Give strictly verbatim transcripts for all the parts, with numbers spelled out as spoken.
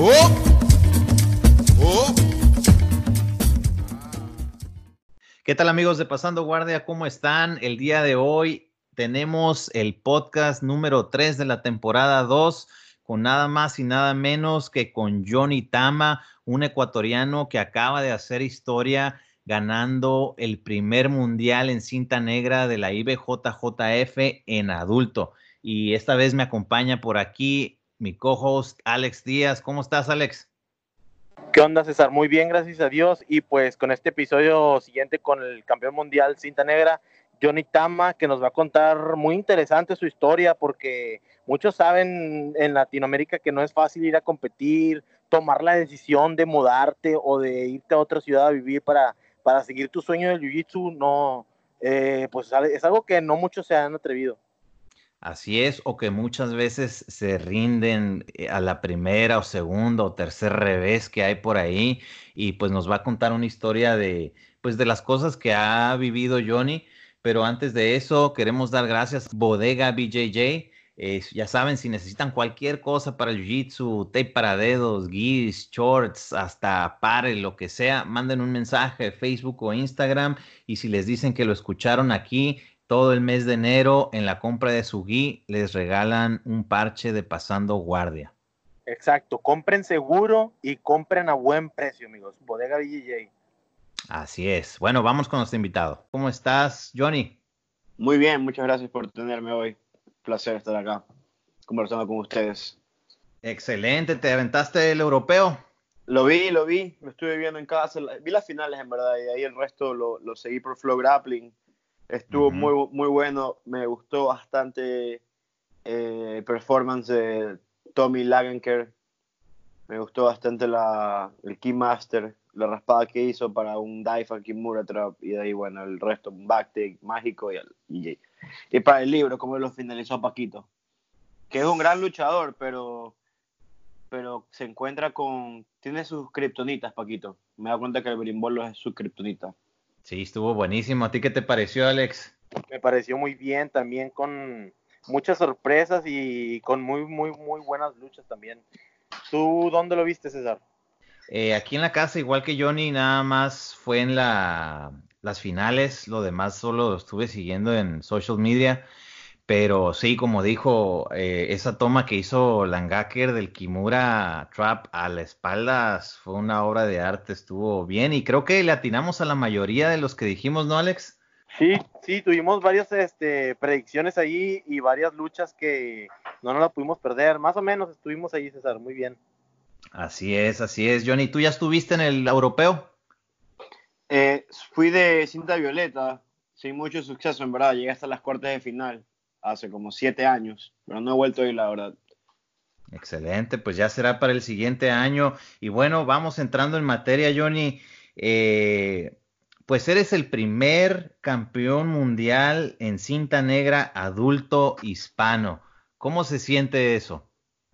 Oh, oh. ¿Qué tal, amigos de Pasando Guardia? ¿Cómo están? El día de hoy tenemos el podcast número tres de la temporada dos con nada más y nada menos que con Johnny Tama, un ecuatoriano que acaba de hacer historia ganando el primer mundial en cinta negra de la I B J J F en adulto. Y esta vez me acompaña por aquí mi co-host Alex Díaz. ¿Cómo estás, Alex? ¿Qué onda, César? Muy bien, gracias a Dios. Y pues con este episodio siguiente con el campeón mundial cinta negra, Johnny Tama, que nos va a contar muy interesante su historia, porque muchos saben en Latinoamérica que no es fácil ir a competir, tomar la decisión de mudarte o de irte a otra ciudad a vivir para, para seguir tu sueño del jiu-jitsu. No, eh, pues es algo que no muchos se han atrevido. Así es, o que muchas veces se rinden a la primera o segunda o tercer revés que hay por ahí, y pues nos va a contar una historia de, pues de las cosas que ha vivido Johnny. Pero antes de eso queremos dar gracias a Bodega B J J. Eh, ya saben, si necesitan cualquier cosa para el jiu-jitsu, tape para dedos, gis, shorts, hasta pare, lo que sea, manden un mensaje de Facebook o Instagram, y si les dicen que lo escucharon aquí, todo el mes de enero, en la compra de su gui, les regalan un parche de Pasando Guardia. Exacto, compren seguro y compren a buen precio, amigos. Bodega B J J. Así es. Bueno, vamos con nuestro invitado. ¿Cómo estás, Johnny? Muy bien, muchas gracias por tenerme hoy. Placer estar acá, conversando con ustedes. Excelente, ¿te aventaste el europeo? Lo vi, lo vi, me estuve viendo en casa, vi las finales en verdad, y ahí el resto lo, lo seguí por Flow Grappling. Estuvo uh-huh. muy, muy bueno, me gustó bastante eh, el performance de Tommy Lagenker, me gustó bastante la, el Keymaster, la raspada que hizo para un dive al Kimura Trap, y de ahí, bueno, el resto, un backtake mágico, y, y, y para el libro, como lo finalizó Paquito, que es un gran luchador, pero, pero se encuentra con, tiene sus kriptonitas, Paquito, me da cuenta que el berimbolo es su kriptonita. Sí, estuvo buenísimo. ¿A ti qué te pareció, Alex? Me pareció muy bien, también con muchas sorpresas y con muy, muy, muy buenas luchas también. ¿Tú dónde lo viste, César? Eh, aquí en la casa, igual que Johnny, nada más fue en la, las finales. Lo demás solo lo estuve siguiendo en social media. Pero sí, como dijo, eh, esa toma que hizo Langaker del Kimura Trap a la espalda fue una obra de arte, estuvo bien, y creo que le atinamos a la mayoría de los que dijimos, ¿no, Alex? Sí, sí, tuvimos varias este, predicciones ahí y varias luchas que no nos las pudimos perder, más o menos estuvimos ahí, César, muy bien. Así es, así es. Johnny, ¿tú ya estuviste en el europeo? Eh, fui de cinta violeta, sin mucho suceso, en verdad, llegué hasta las cuartas de final, hace como siete años, pero no he vuelto a ir, la verdad. Excelente, pues ya será para el siguiente año. Y bueno, vamos entrando en materia, Johnny. Eh, pues eres el primer campeón mundial en cinta negra adulto hispano. ¿Cómo se siente eso?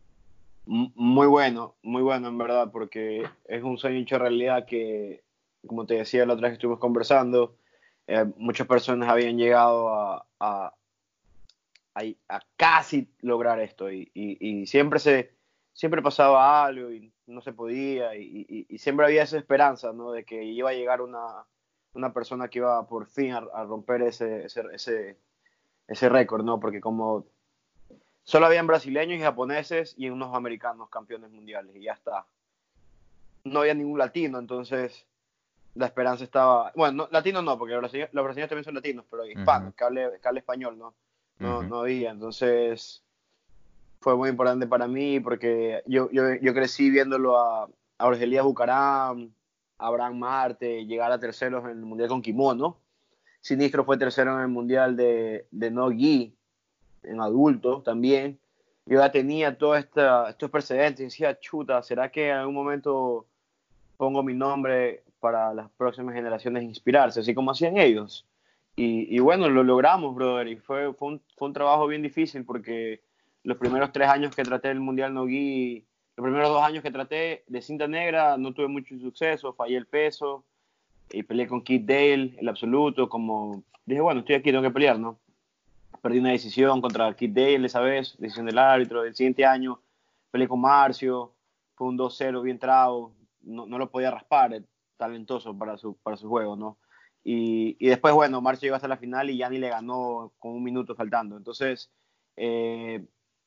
Muy bueno, muy bueno en verdad, porque es un sueño hecho realidad que, como te decía la otra vez que estuvimos conversando, eh, muchas personas habían llegado a, a, a, a casi lograr esto y, y, y siempre se siempre pasaba algo y no se podía y, y, y siempre había esa esperanza, ¿no? De que iba a llegar una, una persona que iba por fin a, a romper ese, ese, ese, ese récord, ¿no? Porque como solo habían brasileños y japoneses y unos americanos campeones mundiales y ya está. No había ningún latino, entonces la esperanza estaba... Bueno, no, latino no, porque los brasileños, los brasileños también son latinos, pero hispanos, uh-huh. que, hable, que hable español, ¿no? No, uh-huh. no había, entonces fue muy importante para mí porque yo, yo, yo crecí viéndolo a, a Orgelías Bucaram, a Abraham Marte, llegar a terceros en el Mundial con kimono. Sinistro fue tercero en el Mundial de, de no gi, en adultos también. Yo ya tenía todos estos precedentes y decía, chuta, ¿será que en algún momento pongo mi nombre para las próximas generaciones inspirarse, así como hacían ellos? Y, y bueno, lo logramos, brother, y fue, fue, un, fue un trabajo bien difícil porque los primeros tres años que traté el Mundial No Gi, los primeros dos años que traté de cinta negra, no tuve mucho suceso, fallé el peso, y peleé con Keith Dale, el absoluto, como dije, bueno, estoy aquí, tengo que pelear, ¿no? Perdí una decisión contra Keith Dale esa vez, decisión del árbitro. El siguiente año peleé con Marcio, fue un dos cero bien trao, no, no lo podía raspar, eh, talentoso para su, para su juego, ¿no? Y, y después, bueno, Marcio llegó hasta la final y Yanni le ganó con un minuto faltando. Entonces, eh,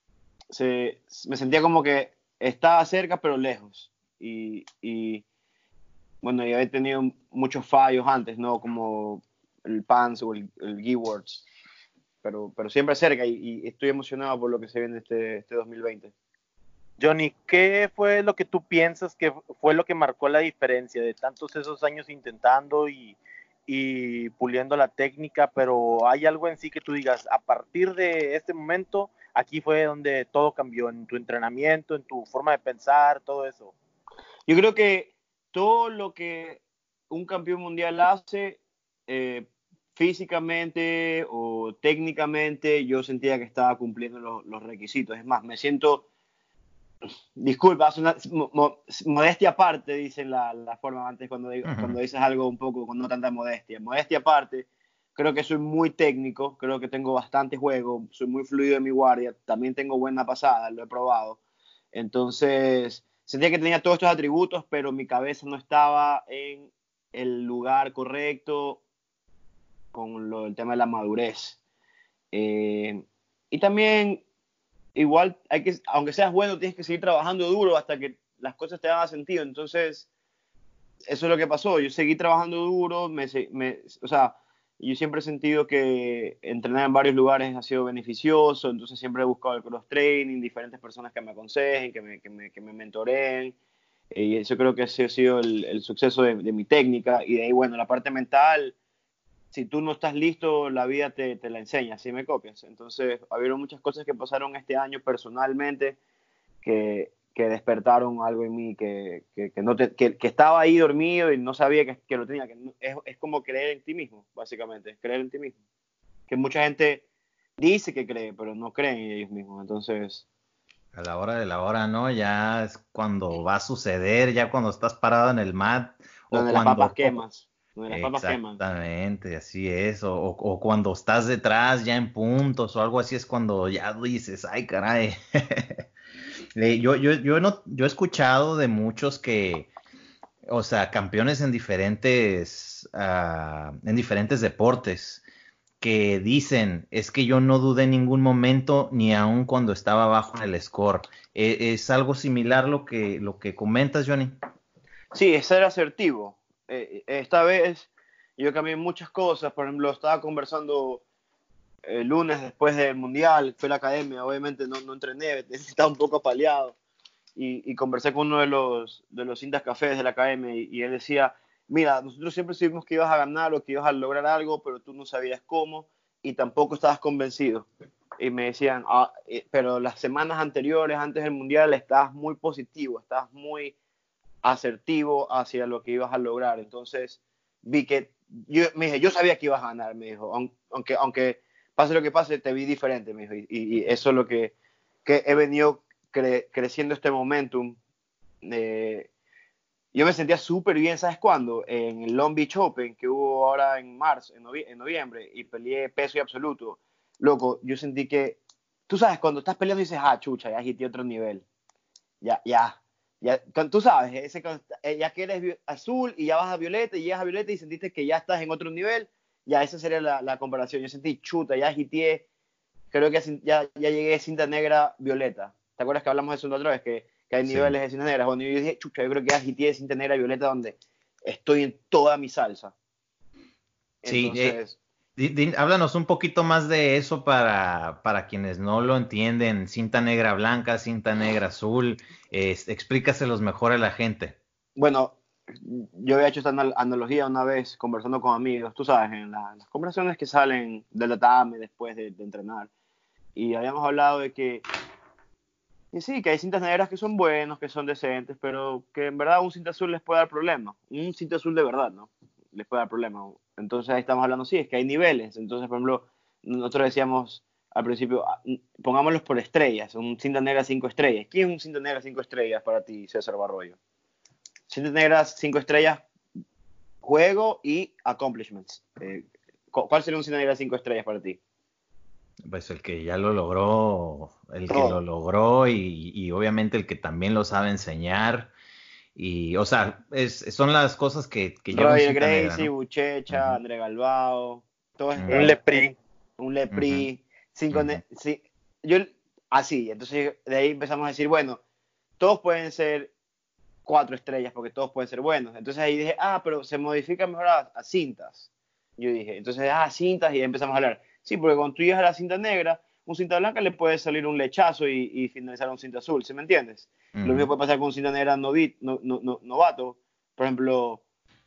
se, me sentía como que estaba cerca, pero lejos. Y, y bueno, y había tenido muchos fallos antes, ¿no? Como el Pans o el, el G-Words. Pero, pero siempre cerca y, y estoy emocionado por lo que se viene este, este dos mil veinte. Johnny, ¿qué fue lo que tú piensas que fue lo que marcó la diferencia de tantos esos años intentando y, y puliendo la técnica? Pero hay algo en sí que tú digas, a partir de este momento, aquí fue donde todo cambió, en tu entrenamiento, en tu forma de pensar, todo eso. Yo creo que todo lo que un campeón mundial hace, eh, físicamente o técnicamente, yo sentía que estaba cumpliendo los, los requisitos. Es más, me siento, disculpa, una, mo, modestia aparte, dicen la, la forma antes cuando, digo, uh-huh. cuando dices algo un poco con no tanta modestia. Modestia aparte, creo que soy muy técnico, creo que tengo bastante juego, soy muy fluido en mi guardia, también tengo buena pasada, lo he probado. Entonces, sentía que tenía todos estos atributos, pero mi cabeza no estaba en el lugar correcto con lo, el tema de la madurez. Eh, y también, igual, hay que, aunque seas bueno, tienes que seguir trabajando duro hasta que las cosas te hagan sentido. Entonces, eso es lo que pasó. Yo seguí trabajando duro, me, me, o sea, yo siempre he sentido que entrenar en varios lugares ha sido beneficioso, entonces siempre he buscado el cross-training, diferentes personas que me aconsejen, que me, que me, que me mentoreen, y eso creo que ese ha sido el, el suceso de, de mi técnica. Y de ahí, bueno, la parte mental, si tú no estás listo, la vida te, te la enseña, si me copias. Entonces, había muchas cosas que pasaron este año personalmente que, que despertaron algo en mí, que, que, que, no te, que, que estaba ahí dormido y no sabía que, que lo tenía. Que no, es, es como creer en ti mismo, básicamente, creer en ti mismo. Que mucha gente dice que cree, pero no creen en ellos mismos. Entonces, a la hora de la hora, ¿no? Ya es cuando va a suceder, ya cuando estás parado en el mat. O donde cuando las papas quemas. Donde las papas queman. Exactamente, así es. O, o cuando estás detrás ya en puntos o algo así, es cuando ya dices, ay, caray. yo, yo, yo, no, yo he escuchado de muchos que, o sea, campeones en diferentes, uh, en diferentes deportes, que dicen, es que yo no dudé en ningún momento, ni aun cuando estaba abajo en el score. ¿Es, es algo similar lo que, lo que comentas, Johnny? Sí, es ser asertivo. Eh, esta vez yo cambié muchas cosas. Por ejemplo, estaba conversando el lunes después del Mundial, fui a la academia, obviamente no, no entrené, estaba un poco apaleado. Y, y conversé con uno de los, de los cintas cafés de la academia y, y él decía, mira, nosotros siempre supimos que ibas a ganar o que ibas a lograr algo, pero tú no sabías cómo y tampoco estabas convencido. Y me decían, ah, pero las semanas anteriores, antes del Mundial, estabas muy positivo, estabas muy asertivo hacia lo que ibas a lograr. Entonces vi que, yo, me dije, yo sabía que ibas a ganar, me dijo, aunque, aunque pase lo que pase, te vi diferente, me dijo, y, y eso es lo que, que he venido cre, creciendo este momentum. Eh, yo me sentía súper bien, ¿sabes cuándo? En el Long Beach Open, que hubo ahora en marzo, en, novie en noviembre, y peleé peso y absoluto. Loco, yo sentí que, tú sabes, cuando estás peleando dices, ah, chucha, ya agité otro nivel. Ya, ya, ya, tú sabes, ese, ya que eres azul y ya vas a violeta y llegas a violeta y sentiste que ya estás en otro nivel, ya esa sería la, la comparación. Yo sentí, chuta, ya agité, creo que ya, ya llegué a cinta negra violeta. ¿Te acuerdas que hablamos de eso la otra vez? Que, que hay niveles sí. de cinta negra. Bueno, yo dije, chucha, yo creo que ya agité de cinta negra violeta donde estoy en toda mi salsa. Entonces... Sí, eh... Háblanos un poquito más de eso para, para quienes no lo entienden, cinta negra blanca, cinta negra azul, eh, explícaselos mejor a la gente. Bueno, yo había hecho esta analogía una vez conversando con amigos, tú sabes, en la, las conversaciones que salen del tatame después de, de entrenar, y habíamos hablado de que, y sí, que hay cintas negras que son buenos, que son decentes, pero que en verdad un cinta azul les puede dar problemas, un cinta azul de verdad, ¿no? Les puede dar problemas. Entonces ahí estamos hablando, sí, es que hay niveles. Entonces, por ejemplo, nosotros decíamos al principio, pongámoslos por estrellas, un cinta negra cinco estrellas. ¿Quién es un cinta negra cinco estrellas para ti, César Barroyo? Cinta negra cinco estrellas, juego y accomplishments. Eh, ¿Cuál sería un cinta negra cinco estrellas para ti? Pues el que ya lo logró, el que lo Todo. logró y, y obviamente el que también lo sabe enseñar. Y, o sea, es, son las cosas que, que lleva un Roger cinta negra, Gracie, ¿no? Buchecha, Ujú, André Galbao, todos Un ujú, estos, Lepri. un ujú, Lepri, cinco, ujú, ne- sí, yo, así, entonces de ahí empezamos a decir, bueno, todos pueden ser cuatro estrellas porque todos pueden ser buenos. Entonces ahí dije, ah, pero se modifica mejor a, a cintas. Yo dije, entonces, ah, cintas, y ahí empezamos a hablar. Sí, porque cuando tú llegas a la cinta negra, un cinta blanca le puede salir un lechazo y, y finalizar un cinta azul, ¿sí me entiendes? Lo mismo ujú, puede pasar con un cinta negra novit, no, no, no, novato. Por ejemplo,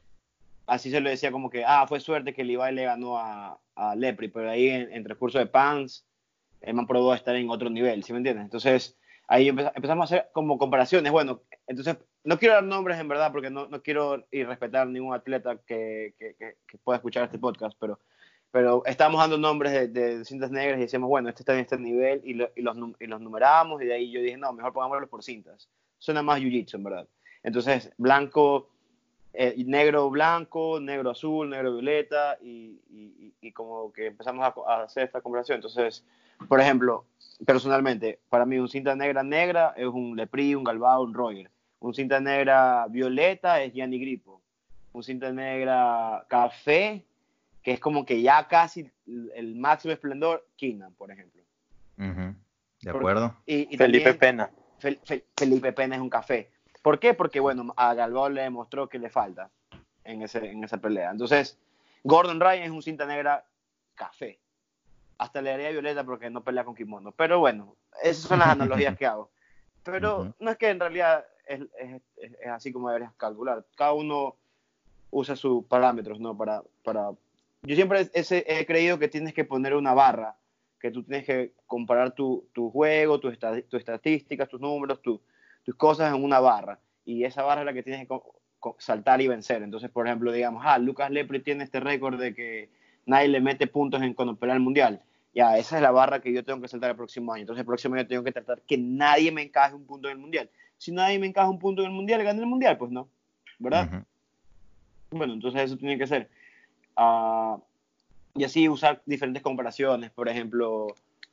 así se lo decía como que, ah, fue suerte que Levi le ganó a, a Lepri, pero ahí en, en transcurso de Pans, el man probó estar en otro nivel, ¿sí me entiendes? Entonces, ahí empezamos, empezamos a hacer como comparaciones. Bueno, entonces, no quiero dar nombres en verdad, porque no, no quiero irrespetar ningún atleta que, que, que, que pueda escuchar este podcast, pero, pero estábamos dando nombres de, de cintas negras y decíamos, bueno, este está en este nivel, y, lo, y, los, y los numeramos, y de ahí yo dije, no, mejor pongámoslos por cintas. Suena más jiu-jitsu, en verdad. Entonces, blanco, eh, negro blanco, negro azul, negro violeta, y, y, y como que empezamos a, a, hacer esta comparación. Entonces, por ejemplo, personalmente, para mí un cinta negra negra es un Lepri, un Galbao, un Roger. Un cinta negra violeta es Gianni Grippo. Un cinta negra café, que es como que ya casi el máximo esplendor, Keenan, por ejemplo. ujú. ¿De Por, acuerdo? y, y Felipe también Pena. Fel, Fel, Felipe Pena es un café. ¿Por qué? Porque, bueno, a Galbao le demostró que le falta en, ese, en esa pelea. Entonces, Gordon Ryan es un cinta negra café. Hasta le haría violeta porque no pelea con kimono. Pero bueno, esas son las analogías que hago. Pero Ujú, no es que en realidad es, es, es, es así como deberías calcular. Cada uno usa sus parámetros, ¿no? Para, para... Yo siempre he, he creído que tienes que poner una barra, que tú tienes que comparar tu, tu juego, tus tu estadísticas, tus números, tu, tus cosas en una barra. Y esa barra es la que tienes que saltar y vencer. Entonces, por ejemplo, digamos, ah, Lucas Lepri tiene este récord de que nadie le mete puntos en cuando pelea el mundial. Ya, esa es la barra que yo tengo que saltar el próximo año. Entonces, el próximo año tengo que tratar que nadie me encaje un punto en el mundial. Si nadie me encaja un punto en el mundial, gane el mundial, pues no, ¿verdad? ujú. Bueno, entonces eso tiene que ser. Uh, y así usar diferentes comparaciones. Por ejemplo,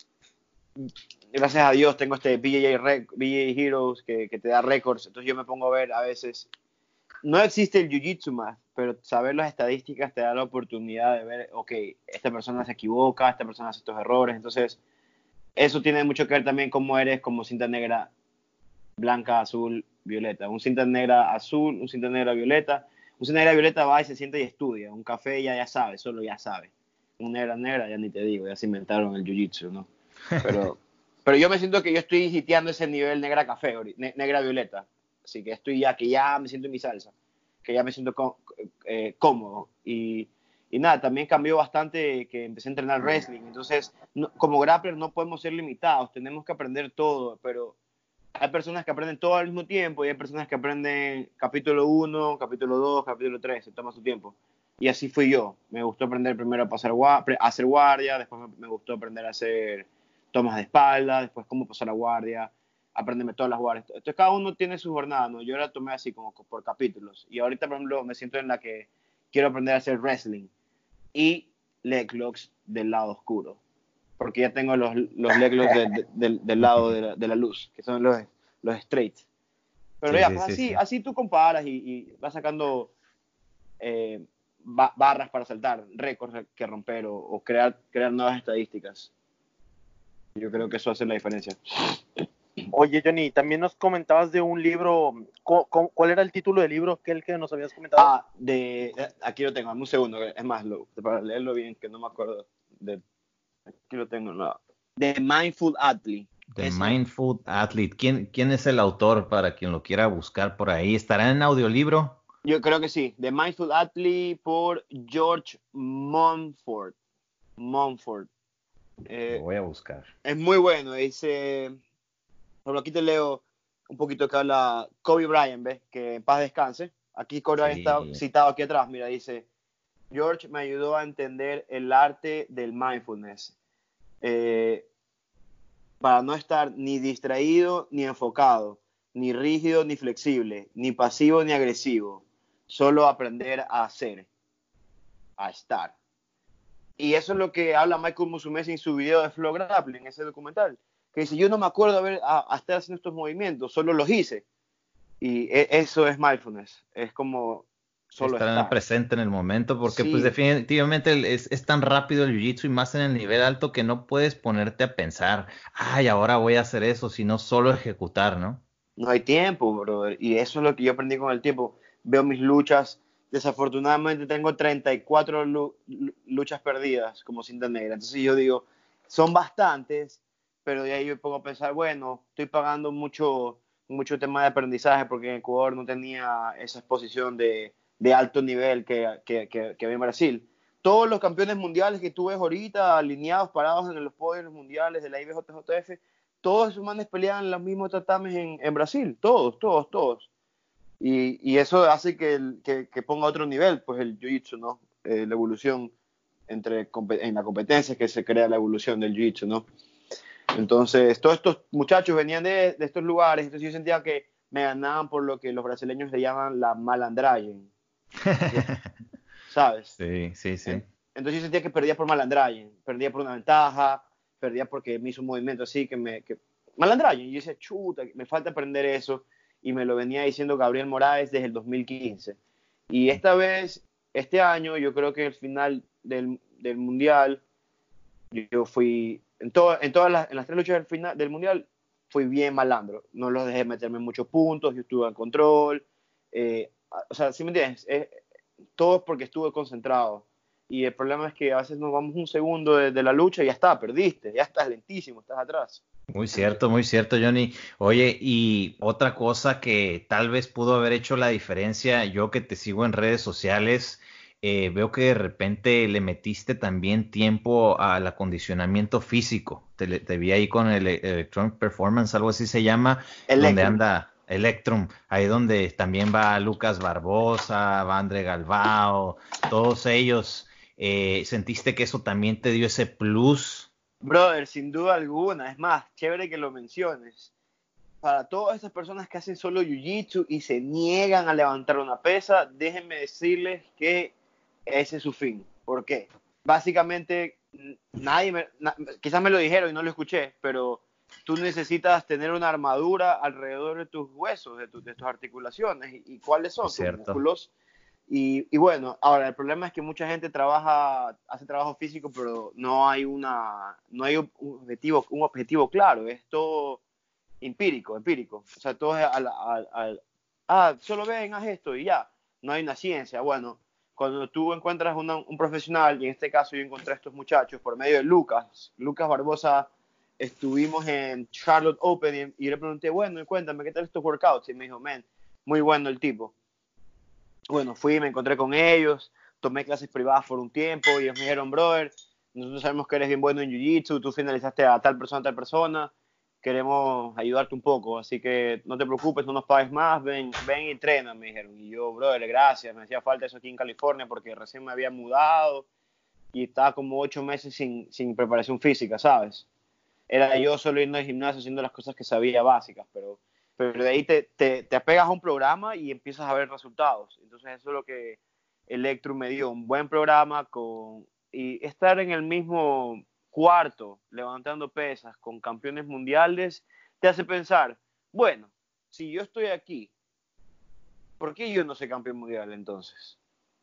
gracias a Dios tengo este B J J, B J J Heroes que, que te da récords. Entonces yo me pongo a ver a veces. No existe el Jiu-Jitsu más, pero saber las estadísticas te da la oportunidad de ver, ok, esta persona se equivoca, esta persona hace estos errores. Entonces, eso tiene mucho que ver también cómo eres como cinta negra, blanca, azul, violeta. Un cinta negra azul, un cinta negra violeta. Un cinta negra violeta va y se sienta y estudia. Un café ya ya sabe, solo ya sabe. Un negra negra ya ni te digo, ya se inventaron el jiu-jitsu, ¿no? Pero, pero yo me siento que yo estoy hiteando ese nivel negra café, ne negra violeta. Así que estoy ya, que ya me siento en mi salsa. Que ya me siento eh, cómodo. Y, y nada, también cambió bastante que empecé a entrenar wrestling. Entonces, no, como grappler no podemos ser limitados, tenemos que aprender todo, pero hay personas que aprenden todo al mismo tiempo y hay personas que aprenden capítulo uno, capítulo dos, capítulo tres, se toma su tiempo. Y así fui yo. Me gustó aprender primero a, pasar, a hacer guardia, después me gustó aprender a hacer tomas de espalda, después cómo pasar la guardia, aprenderme todas las guardias. Entonces cada uno tiene su jornada, ¿no? Yo la tomé así como por capítulos. Y ahorita, por ejemplo, me siento en la que quiero aprender a hacer wrestling y leg locks del lado oscuro. Porque ya tengo los, los leg locks de, de, de, del lado de la, de la luz, que son los, los straights. Pero Sí, ya, sí, pues sí, así, sí. así tú comparas y, y vas sacando eh, ba barras para saltar, récords que romper o, o crear, crear nuevas estadísticas. Yo creo que eso hace la diferencia. Oye, Johnny, también nos comentabas de un libro. ¿Cuál era el título del libro que el que nos habías comentado? Ah, de, aquí lo tengo, un segundo, es más, lo, para leerlo bien, que no me acuerdo. De, aquí lo tengo, no. The Mindful Athlete. The Ese, Mindful Athlete. ¿Quién, ¿Quién es el autor para quien lo quiera buscar por ahí? ¿Estará en audiolibro? yo creo que sí. The Mindful Athlete por George Monfort. Monfort. Lo Eh, voy a buscar. es muy bueno. Dice, por aquí te leo un poquito que habla Kobe Bryant, ¿ves? Que en paz descanse. Aquí Kobe Bryant está Sí. citado aquí atrás. Mira, dice, George me ayudó a entender el arte del mindfulness. Eh, para no estar ni distraído ni enfocado, ni rígido ni flexible, ni pasivo ni agresivo. Solo aprender a hacer, a estar. y eso es lo que habla Michael Musumeci en su video de Flow Grappling, en ese documental, que dice, yo no me acuerdo haber, a, a estar haciendo estos movimientos, solo los hice. Y e, eso es mindfulness, es como solo estar en el estar. presente en el momento, porque Sí. pues definitivamente el- es, es tan rápido el jiu-jitsu y más en el nivel alto que no puedes ponerte a pensar, ay, ahora voy a hacer eso, sino solo ejecutar, ¿no? No hay tiempo, brother. Y eso es lo que yo aprendí con el tiempo. Veo mis luchas. Desafortunadamente tengo treinta y cuatro lu- luchas perdidas como cinta negra. Entonces yo digo, son bastantes, pero de ahí yo me pongo a pensar, bueno, estoy pagando mucho, mucho tema de aprendizaje porque en Ecuador no tenía esa exposición de, de alto nivel que, que, que, que había en Brasil. Todos los campeones mundiales que tú ves ahorita, alineados, parados en los podios mundiales de la I B J J F, todos esos manes pelean los mismos tatames en, en Brasil, todos, todos, todos. Y, y eso hace que, el, que, que ponga otro nivel, pues el jiu-jitsu, ¿no? Eh, la evolución entre, en la competencia que se crea la evolución del jiu-jitsu, ¿no? Entonces, todos estos muchachos venían de, de estos lugares, entonces yo sentía que me ganaban por lo que los brasileños le llaman la malandragem, ¿sabes? Sí, sí, sí. Entonces yo sentía que perdía por malandragem, perdía por una ventaja, perdía porque me hizo un movimiento así que me... Que... malandragem, y yo decía, chuta, me falta aprender eso, y me lo venía diciendo Gabriel Moraes desde el dos mil quince. Y esta vez, este año, yo creo que el final del, del Mundial, yo fui, en, to, en todas las, en las tres luchas del, final, del Mundial, fui bien malandro. No los dejé meterme muchos puntos, yo estuve en control. Eh, o sea, ¿sí me entiendes? Eh, todo es porque estuve concentrado. Y el problema es que a veces nos vamos un segundo de, de la lucha y ya está, perdiste, ya estás lentísimo, estás atrás. Muy cierto, muy cierto, Johnny. Oye, y otra cosa que tal vez pudo haber hecho la diferencia, yo que te sigo en redes sociales, eh, veo que de repente le metiste también tiempo al acondicionamiento físico. Te, le- te vi ahí con el e- Electronic Performance, algo así se llama, donde Electrum. anda Electrum, ahí donde también va Lucas Barbosa, va André Galvao, todos ellos. Eh, ¿sentiste que eso también te dio ese plus? Brother, sin duda alguna. Es más, chévere que lo menciones. Para todas esas personas que hacen solo jiu-jitsu y se niegan a levantar una pesa, déjenme decirles que ese es su fin. ¿Por qué? Básicamente, nadie me, na, quizás me lo dijeron y no lo escuché, pero tú necesitas tener una armadura alrededor de tus huesos, de, tu, de tus articulaciones. ¿Y, y cuáles son? Es Tus cierto. músculos. Y, y bueno, ahora el problema es que mucha gente trabaja, hace trabajo físico, pero no hay una, no hay un objetivo, un objetivo claro. Es todo empírico, empírico. O sea, todo es al, al, al, ah, solo ven, haz esto y ya. No hay una ciencia. Bueno, cuando tú encuentras una, un profesional, y en este caso yo encontré a estos muchachos por medio de Lucas, Lucas Barbosa, estuvimos en Charlotte Open y, y le pregunté, bueno, cuéntame, ¿qué tal estos workouts? Y me dijo, man, muy bueno el tipo. Bueno, fui, me encontré con ellos, tomé clases privadas por un tiempo y ellos me dijeron, brother, nosotros sabemos que eres bien bueno en Jiu-Jitsu, tú finalizaste a tal persona, a tal persona, queremos ayudarte un poco, así que no te preocupes, no nos pagues más, ven, ven y entrena, me dijeron. Y yo, brother, gracias, me hacía falta eso aquí en California porque recién me había mudado y estaba como ocho meses sin, sin preparación física, ¿sabes? Era yo solo yendo al gimnasio haciendo las cosas que sabía básicas, pero, pero de ahí te, te, te apegas a un programa y empiezas a ver resultados. Entonces eso es lo que Electrum me dio, un buen programa con, y estar en el mismo cuarto levantando pesas con campeones mundiales te hace pensar, bueno, si yo estoy aquí, ¿por qué yo no soy campeón mundial entonces?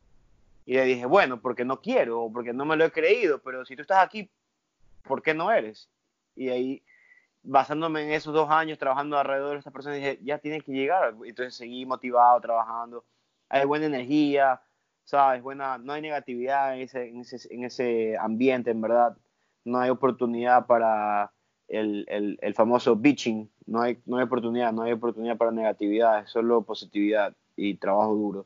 Y le dije, bueno, porque no quiero o porque no me lo he creído, pero si tú estás aquí, ¿por qué no eres? Y ahí, basándome en esos dos años trabajando alrededor de estas personas, dije, ya tienen que llegar. Entonces seguí motivado, trabajando. Hay buena energía, ¿sabes? Buena, no hay negatividad en ese, en ese, en ese ambiente, en verdad. No hay oportunidad para el, el, el famoso bitching. No hay, no hay oportunidad, no hay oportunidad para negatividad, es solo positividad y trabajo duro.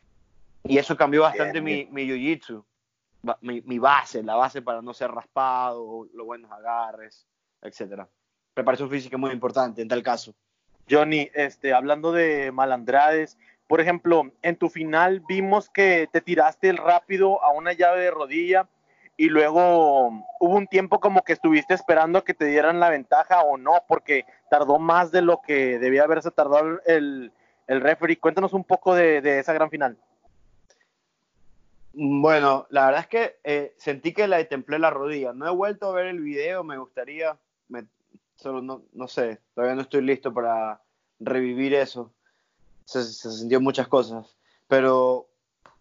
Y eso cambió bastante bien, mi, mi jiu-jitsu. Mi, mi base, la base para no ser raspado, los buenos agarres, etcétera. Preparación física es muy importante en tal caso. Johnny, este, hablando de malandrades, por ejemplo, en tu final vimos que te tiraste rápido a una llave de rodilla y luego hubo un tiempo como que estuviste esperando a que te dieran la ventaja o no, porque tardó más de lo que debía haberse tardado el, el referee. Cuéntanos un poco de, de esa gran final. Bueno, la verdad es que eh, sentí que le templé la rodilla. No he vuelto a ver el video, me gustaría, me, solo no, no sé, todavía no estoy listo para revivir eso. Se, se sintió muchas cosas, pero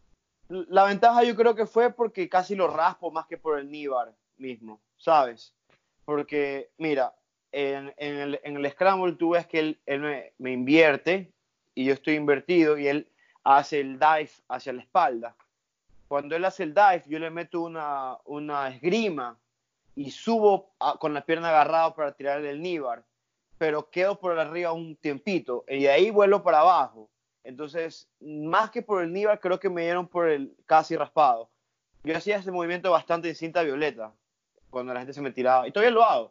la ventaja yo creo que fue porque casi lo raspo más que por el Níbar mismo, ¿sabes? Porque, mira, en, en el, en el Scramble tú ves que él, él me, me invierte y yo estoy invertido y él hace el dive hacia la espalda. Cuando él hace el dive, yo le meto una, una esgrima y subo a, con la pierna agarrada para tirar el Níbar, pero quedo por arriba un tiempito y de ahí vuelo para abajo. Entonces, más que por el Níbar, creo que me dieron por el casi raspado. Yo hacía ese movimiento bastante en cinta violeta, cuando la gente se me tiraba, y todavía lo hago,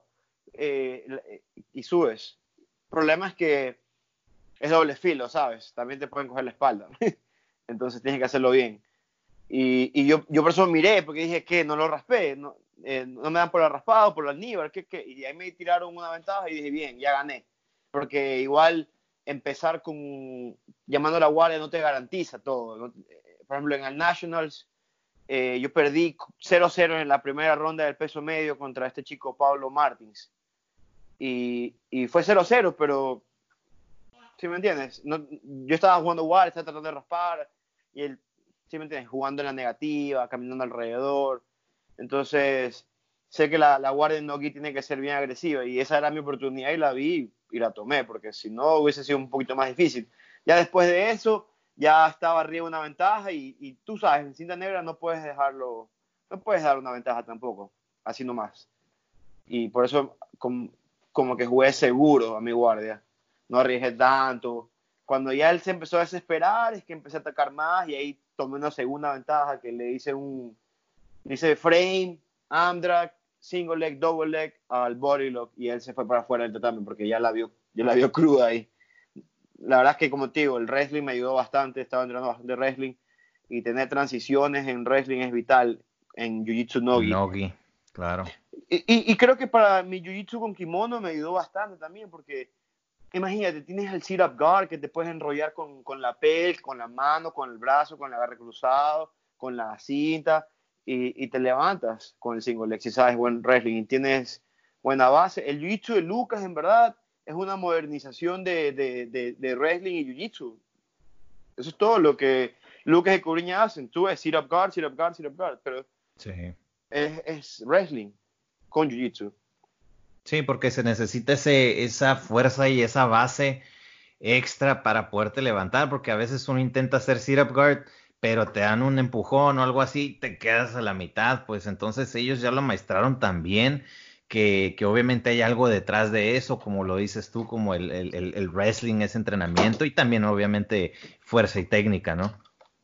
eh, y subes. El problema es que es doble filo, ¿sabes? También te pueden coger la espalda. Entonces tienes que hacerlo bien. Y, y yo, yo por eso miré, porque dije que no lo raspé, no, eh, no me dan por el raspado, por el alníbar, ¿qué, qué? Y ahí me tiraron una ventaja y dije, bien, ya gané. Porque igual empezar con llamando a la guardia no te garantiza todo, ¿no? Por ejemplo, en el Nationals, eh, yo perdí cero cero en la primera ronda del peso medio contra este chico Pablo Martins. Y, y fue cero cero, pero, ¿sí me entiendes? No, yo estaba jugando guardia, estaba tratando de raspar, y él, ¿sí me entiendes? Jugando en la negativa, caminando alrededor. Entonces, sé que la, la guardia en Nogi tiene que ser bien agresiva, y esa era mi oportunidad y la vi y la tomé, porque si no hubiese sido un poquito más difícil. Ya después de eso, ya estaba arriba una ventaja, y, y tú sabes, en cinta negra no puedes dejarlo, no puedes dar una ventaja tampoco, así nomás. Y por eso, como, como que jugué seguro a mi guardia, no arriesgué tanto. Cuando ya él se empezó a desesperar, es que empecé a atacar más, y ahí tomé una segunda ventaja que le hice un, le hice frame, arm drag, single leg, double leg al body lock, y él se fue para afuera del tatami porque ya la vio, ya la vio cruda ahí. La verdad es que, como te digo, el wrestling me ayudó bastante, estaba entrenando bastante wrestling, y tener transiciones en wrestling es vital en Jiu-Jitsu Nogi. Nogi, claro. Y, y, y creo que para mi Jiu-Jitsu con kimono me ayudó bastante también, porque imagínate, tienes el sit-up guard que te puedes enrollar con, con la pelvis, con la mano, con el brazo, con el agarre cruzado, con la cinta, y, y te levantas con el single leg si sabes buen wrestling y tienes buena base. El Jiu-Jitsu de Lucas, en verdad, es una modernización de, de, de, de wrestling y Jiu-Jitsu. Eso es todo lo que Lucas y Curiña hacen. Tú ves sit-up guard, sit-up guard, sit-up guard, pero Sí. es, es wrestling con Jiu-Jitsu. Sí, porque se necesita ese, esa fuerza y esa base extra para poderte levantar, porque a veces uno intenta hacer sit-up guard, pero te dan un empujón o algo así y te quedas a la mitad, pues entonces ellos ya lo maestraron tan bien que, que obviamente hay algo detrás de eso, como lo dices tú, como el, el, el, el wrestling es entrenamiento y también obviamente fuerza y técnica, ¿no?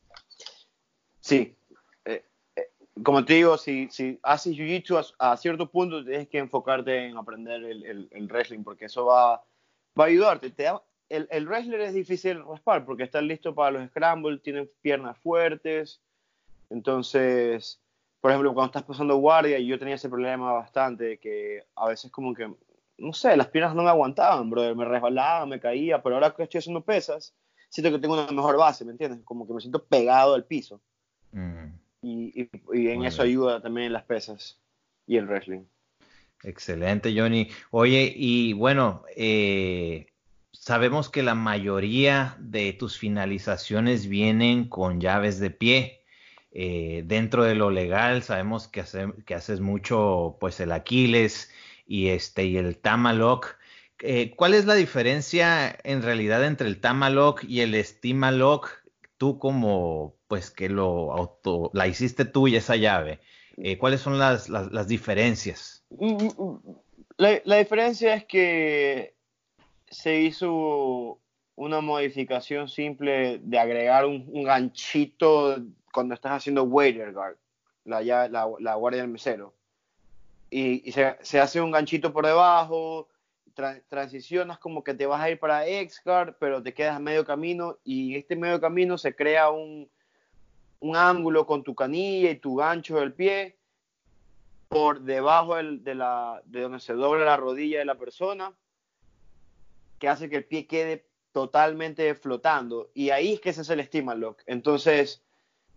Sí. Eh, eh, como te digo, si, si haces Jiu-Jitsu a, a cierto punto tienes que enfocarte en aprender el, el, el wrestling, porque eso va, va a ayudarte. Te da, el, el wrestler es difícil raspar porque está listo para los scrambles, tienen piernas fuertes. Entonces, por ejemplo, cuando estás pasando guardia, yo tenía ese problema bastante, que a veces como que, no sé, las piernas no me aguantaban, brother, me resbalaba, me caía, pero ahora que estoy haciendo pesas, siento que tengo una mejor base, ¿me entiendes? Como que me siento pegado al piso. Mm, Y, y, y en muy eso bien. ayuda también las pesas y el wrestling. Excelente, Johnny. Oye, y bueno, eh, sabemos que la mayoría de tus finalizaciones vienen con llaves de pie. Eh, dentro de lo legal, sabemos que, hace- que haces mucho, pues el Aquiles y este y el Tamalock. Eh, ¿cuál es la diferencia en realidad entre el Tamalock y el Stimalock? Tú como, pues que lo auto, la hiciste tú y esa llave. Eh, ¿cuáles son las, las las diferencias? La, la diferencia es que se hizo una modificación simple de agregar un, un ganchito cuando estás haciendo waiter guard, la, ya- la, la guardia del mesero. Y, y se, se hace un ganchito por debajo, tra- transicionas como que te vas a ir para X-guard, pero te quedas a medio camino, y en este medio camino se crea un, un ángulo con tu canilla y tu gancho del pie por debajo del- de, la, de donde se dobla la rodilla de la persona, que hace que el pie quede totalmente flotando. Y ahí es que se hace el steamer lock. Entonces,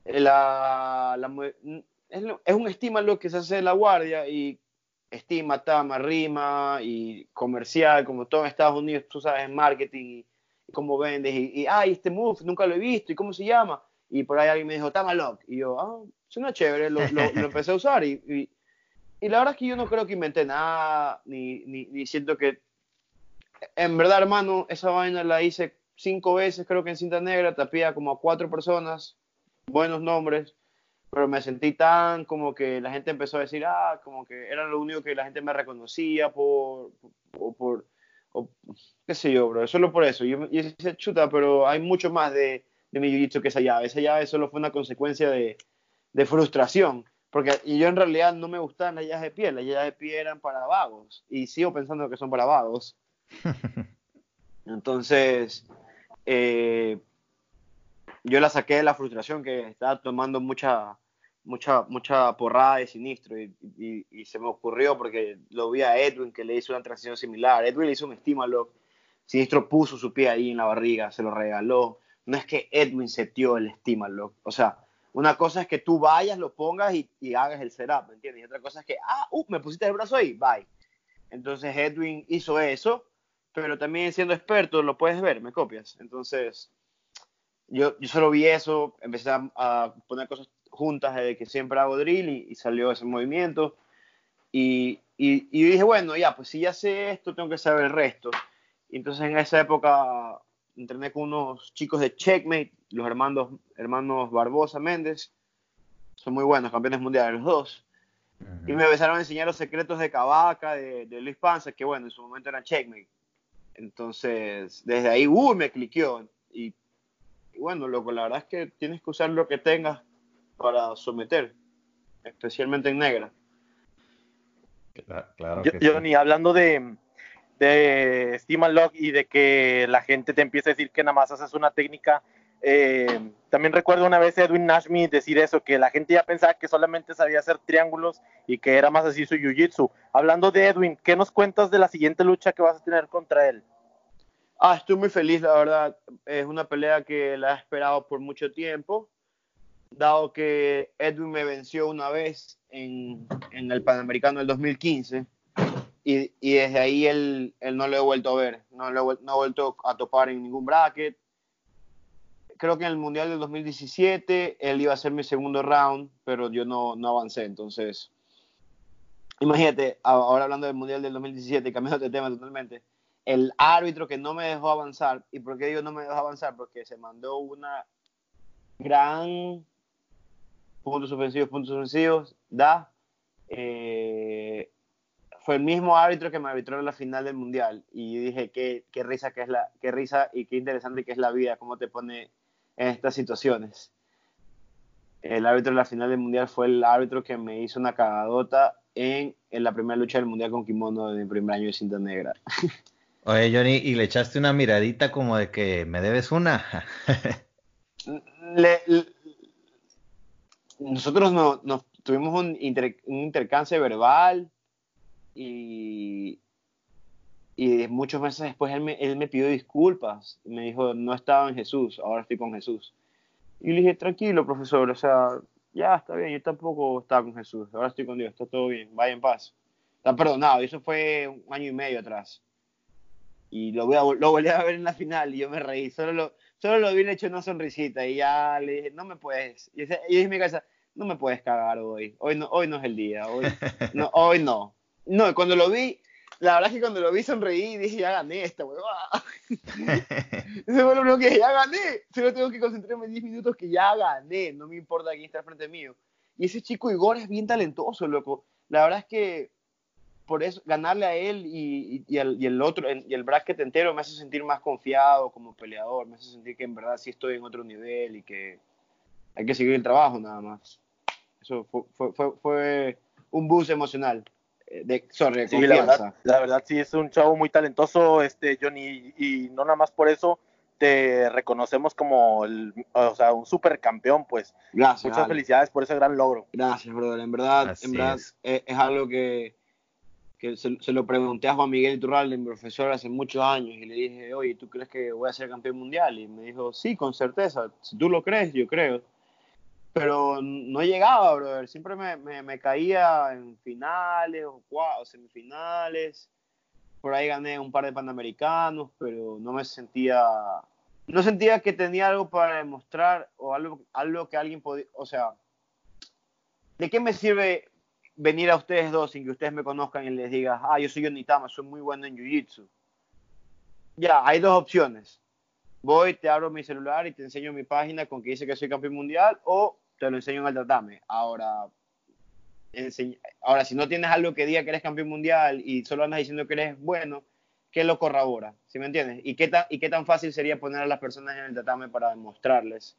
La, la, es, lo, es un estima lo que se hace de la guardia y estima, tama, rima y comercial, como todo en Estados Unidos, tú sabes, marketing y, y cómo vendes y, y, ay, este move nunca lo he visto y cómo se llama. Y por ahí alguien me dijo, Tama Lock. Y yo, ah, suena chévere, lo, lo, lo empecé a usar y, y, y la verdad es que yo no creo que inventé nada, ni, ni, ni siento que... En verdad, hermano, esa vaina la hice cinco veces, creo que en cinta negra, tapía como a cuatro personas, buenos nombres, pero me sentí tan como que la gente empezó a decir, ah, como que era lo único que la gente me reconocía por, o por, o, qué sé yo, bro, solo por eso. Yo, yo decía, chuta, pero hay mucho más de, de mi jiu-jitsu que esa llave. Esa llave solo fue una consecuencia de, de frustración, porque y yo en realidad no me gustaban las llaves de pie, las llaves de pie eran para vagos, y sigo pensando que son para vagos. Entonces, eh, yo la saqué de la frustración que estaba tomando mucha, mucha, mucha porrada de Sinistro y, y, y se me ocurrió porque lo vi a Edwin que le hizo una transición similar. Edwin le hizo un estímulo, Sinistro puso su pie ahí en la barriga, se lo regaló. No es que Edwin setió el estímulo, o sea, una cosa es que tú vayas, lo pongas y, y hagas el setup, ¿me entiendes? Y otra cosa es que, ah, uh, me pusiste el brazo ahí, bye. Entonces Edwin hizo eso, pero también siendo experto lo puedes ver, me copias. Entonces, yo, yo solo vi eso, empecé a, a poner cosas juntas de que siempre hago drill y, y salió ese movimiento. Y, y, y dije, bueno, ya, pues si ya sé esto, tengo que saber el resto. Y entonces en esa época entrené con unos chicos de Checkmate, los hermanos, hermanos Barbosa Méndez. Son muy buenos, campeones mundiales los dos. Uh-huh. Y me empezaron a enseñar los secretos de Cavaca, de, de Luis Panza, que bueno, en su momento era Checkmate. Entonces, desde ahí, uy, me cliqueó. Y, y bueno, loco, la verdad es que tienes que usar lo que tengas para someter, especialmente en negra. Claro, claro yo, que Johnny, sí. Hablando de, de Steam and Lock y de que la gente te empieza a decir que nada más haces una técnica, eh, también recuerdo una vez a Edwin Nashmi decir eso, que la gente ya pensaba que solamente sabía hacer triángulos y que era más así su jiu-jitsu. Hablando de Edwin, ¿qué nos cuentas de la siguiente lucha que vas a tener contra él? Ah, estoy muy feliz, la verdad. Es una pelea que la he esperado por mucho tiempo, dado que Edwin me venció una vez en, en el Panamericano del dos mil quince y, y desde ahí él, él no lo he vuelto a ver, no lo he, no he vuelto a topar en ningún bracket. Creo que en el Mundial del dos mil diecisiete él iba a ser mi segundo round, pero yo no, no avancé, entonces imagínate, ahora hablando del Mundial del dos mil diecisiete, cambiando de tema totalmente, el árbitro que no me dejó avanzar, ¿y por qué digo no me dejó avanzar? Porque se mandó una gran puntos suspensivos, puntos suspensivos, da, eh, fue el mismo árbitro que me arbitró en la final del Mundial, y dije, qué, qué risa que es la, qué risa y qué interesante que es la vida, cómo te pone en estas situaciones. El árbitro de la final del Mundial fue el árbitro que me hizo una cagadota en, en la primera lucha del Mundial con kimono de mi primer año de cinta negra. Oye, Johnny, ¿y le echaste una miradita como de que me debes una? le, le, nosotros no, nos tuvimos un, inter, un intercambio verbal y, y muchos meses después él me, él me pidió disculpas. Me dijo, no estaba en Jesús, ahora estoy con Jesús. Y le dije, tranquilo, profesor, o sea, ya está bien, yo tampoco estaba con Jesús, ahora estoy con Dios, está todo bien, vaya en paz. Está perdonado, y eso fue un año y medio atrás. Y lo, voy a, lo volví a ver en la final y yo me reí, solo lo, solo lo vi, le eché una sonrisita y ya le dije, no me puedes, y, ese, y dije en mi casa, no me puedes cagar hoy, hoy no, hoy no es el día, hoy no, hoy no. No, cuando lo vi, la verdad es que cuando lo vi sonreí y dije, ya gané esta huevada. Ese fue lo único que dije, ya gané, solo tengo que concentrarme diez minutos que ya gané, no me importa quién está al frente mío. Y ese chico Igor es bien talentoso, loco, la verdad es que por eso, ganarle a él y, y, y, el, y el otro, y el bracket entero me hace sentir más confiado como peleador, me hace sentir que en verdad sí estoy en otro nivel y que hay que seguir el trabajo nada más. Eso fue, fue, fue, fue un boost emocional, de, sorry, de sí, confianza. La verdad, la verdad sí es un chavo muy talentoso, este Johnny, y no nada más por eso te reconocemos como el, o sea, un supercampeón, pues. Gracias. Muchas Ale. felicidades por ese gran logro. Gracias, brother. En verdad, Así en verdad es. Es, es algo que que se, se lo pregunté a Juan Miguel Iturralde, mi profesor, hace muchos años, y le dije, oye, ¿tú crees que voy a ser campeón mundial? Y me dijo, sí, con certeza, si tú lo crees, yo creo. pero no llegaba, brother. Siempre me, me, me caía en finales o, cua- o semifinales. Por ahí gané un par de panamericanos, pero no me sentía, no sentía que tenía algo para demostrar o algo, algo que alguien podía, o sea, ¿de qué me sirve venir a ustedes dos sin que ustedes me conozcan y les diga, ah, yo soy Johnny Tama, soy muy bueno en Jiu-Jitsu? Ya, hay dos opciones. Voy, te abro mi celular y te enseño mi página con que dice que soy campeón mundial, o te lo enseño en el tatame. Ahora, enseñ- Ahora, si no tienes algo que diga que eres campeón mundial y solo andas diciendo que eres bueno, ¿qué lo corrobora? ¿Sí me entiendes? ¿Y qué, ta- y qué tan fácil sería poner a las personas en el tatame para demostrarles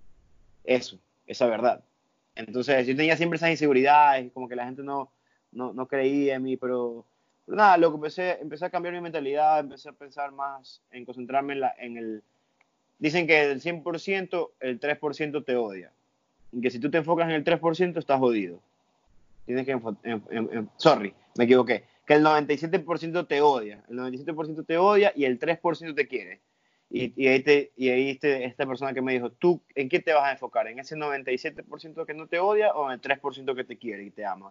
eso, esa verdad? Entonces, yo tenía siempre esas inseguridades, como que la gente no, no, no creía en mí, pero, pero nada, lo que empecé, empecé a cambiar mi mentalidad, empecé a pensar más en concentrarme en, la, en el... Dicen que del cien por ciento, el tres por ciento te odia. Y que si tú te enfocas en el tres por ciento, estás jodido. Tienes que... enfo- en- en- en- sorry, me equivoqué. Que el noventa y siete por ciento te odia. El noventa y siete por ciento te odia y el tres por ciento te quiere. Y, y ahí, te, y ahí este, esta persona que me dijo, ¿tú en qué te vas a enfocar? ¿En ese noventa y siete por ciento que no te odia o en el tres por ciento que te quiere y te ama?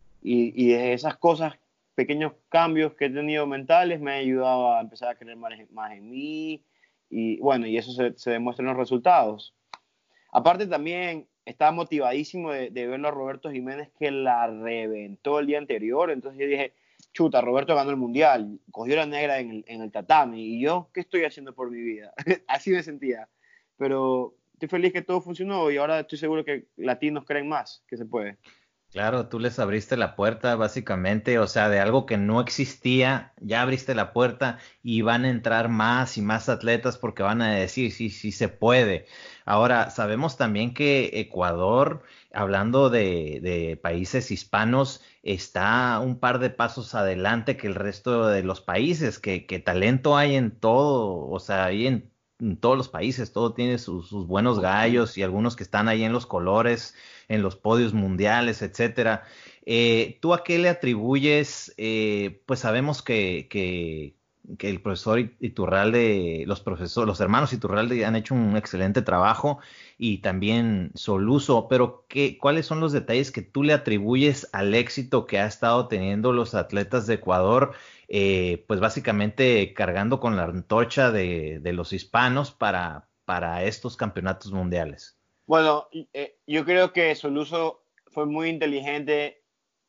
Y, y de esas cosas, pequeños cambios que he tenido mentales, me han ayudado a empezar a creer más, más en mí. Y bueno, y eso se, se demuestra en los resultados. Aparte también estaba motivadísimo de, de verlo a Roberto Jiménez, que la reventó el día anterior. Entonces yo dije, chuta, Roberto ganó el mundial, cogió la negra en el, en el tatami. ¿Y yo qué estoy haciendo por mi vida? Así me sentía. Pero estoy feliz que todo funcionó y ahora estoy seguro que latinos creen más que se puede. Claro, tú les abriste la puerta, básicamente, o sea, de algo que no existía, ya abriste la puerta y van a entrar más y más atletas porque van a decir, sí, sí se puede. Ahora, sabemos también que Ecuador, hablando de, de países hispanos, está un par de pasos adelante que el resto de los países, que, que talento hay en todo, o sea, hay en, en todos los países, todo tiene sus, sus buenos gallos y algunos que están ahí en los colores en los podios mundiales, etcétera. Eh, ¿Tú a qué le atribuyes? Eh, pues sabemos que, que, que el profesor Iturralde, los profesores, los hermanos Iturralde han hecho un excelente trabajo y también Soluso, pero ¿qué, ¿cuáles son los detalles que tú le atribuyes al éxito que ha estado teniendo los atletas de Ecuador? Eh, pues básicamente cargando con la antorcha de, de los hispanos para, para estos campeonatos mundiales. Bueno, eh, yo creo que Soluso fue muy inteligente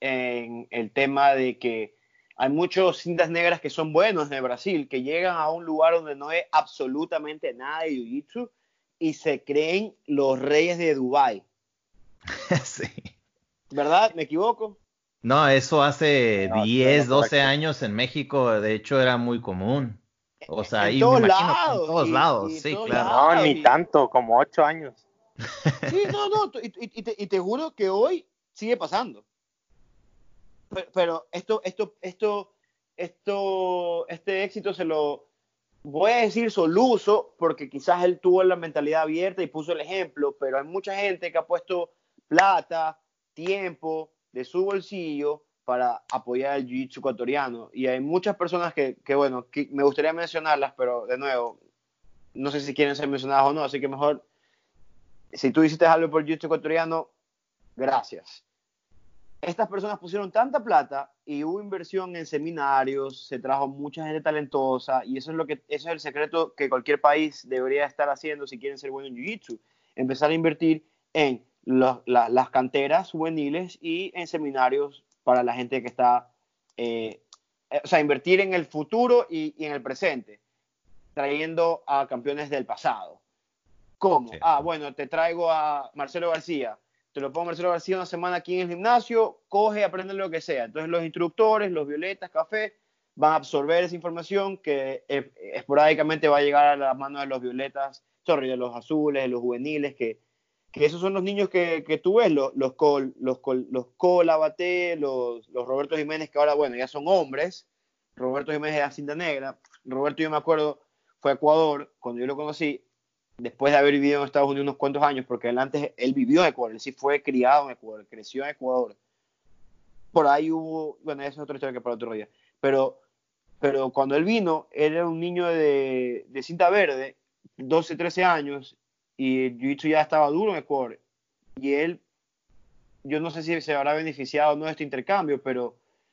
en el tema de que hay muchos cintas negras que son buenos de Brasil, que llegan a un lugar donde no hay absolutamente nada de Jiu-Jitsu y se creen los reyes de Dubái. Sí. ¿Verdad? ¿Me equivoco? No, eso hace No, eso es diez, lo doce correcto. años en México, de hecho era muy común. O sea, En y me todos imagino que en lados, todos y, lados, y en sí, todos claro. No, lados. ni Y, tanto, como ocho años. sí, no, no, y, y- y te, y te juro que hoy sigue pasando. Pero, pero esto, esto, esto, esto, este éxito se lo voy a decir Soluso, porque quizás él tuvo la mentalidad abierta y puso el ejemplo, pero hay mucha gente que ha puesto plata, tiempo de su bolsillo para apoyar el jiu-jitsu ecuatoriano. Y hay muchas personas que, que bueno, que me gustaría mencionarlas, pero de nuevo, no sé si quieren ser mencionadas o no, así que mejor, si tú hiciste algo por el jiu-jitsu ecuatoriano, gracias. Estas personas pusieron tanta plata y hubo inversión en seminarios, se trajo mucha gente talentosa y eso es lo que eso es el secreto que cualquier país debería estar haciendo si quieren ser buenos en Jiu-Jitsu. Empezar a invertir en los, la, las canteras juveniles y en seminarios para la gente que está, eh, o sea, invertir en el futuro y, y en el presente, trayendo a campeones del pasado. ¿Cómo? Sí. Ah, bueno, te traigo a Marcelo García. Te lo pongo Marcelo García una semana aquí en el gimnasio, coge, aprende lo que sea. Entonces los instructores, los violetas, café, van a absorber esa información que eh, esporádicamente va a llegar a las manos de los violetas, sorry, de los azules, de los juveniles, que, que esos son los niños que, que tú ves, los, los, Col, los, Col, los Colabate, los, los Roberto Jiménez, que ahora, bueno, ya son hombres. Roberto Jiménez de la cinta negra. Roberto, yo me acuerdo, fue a Ecuador, cuando yo lo conocí, después de haber vivido en Estados Unidos unos cuantos años, porque él antes, él vivió en Ecuador, él sí fue criado en Ecuador, creció en Ecuador. Por ahí hubo, bueno, esa es otra historia que para otro día, pero, pero cuando él vino, él era un niño de, de cinta verde, doce, trece años, y el jiu-jitsu ya estaba duro en Ecuador. y él, yo no sé si se habrá beneficiado o no de este intercambio, pero,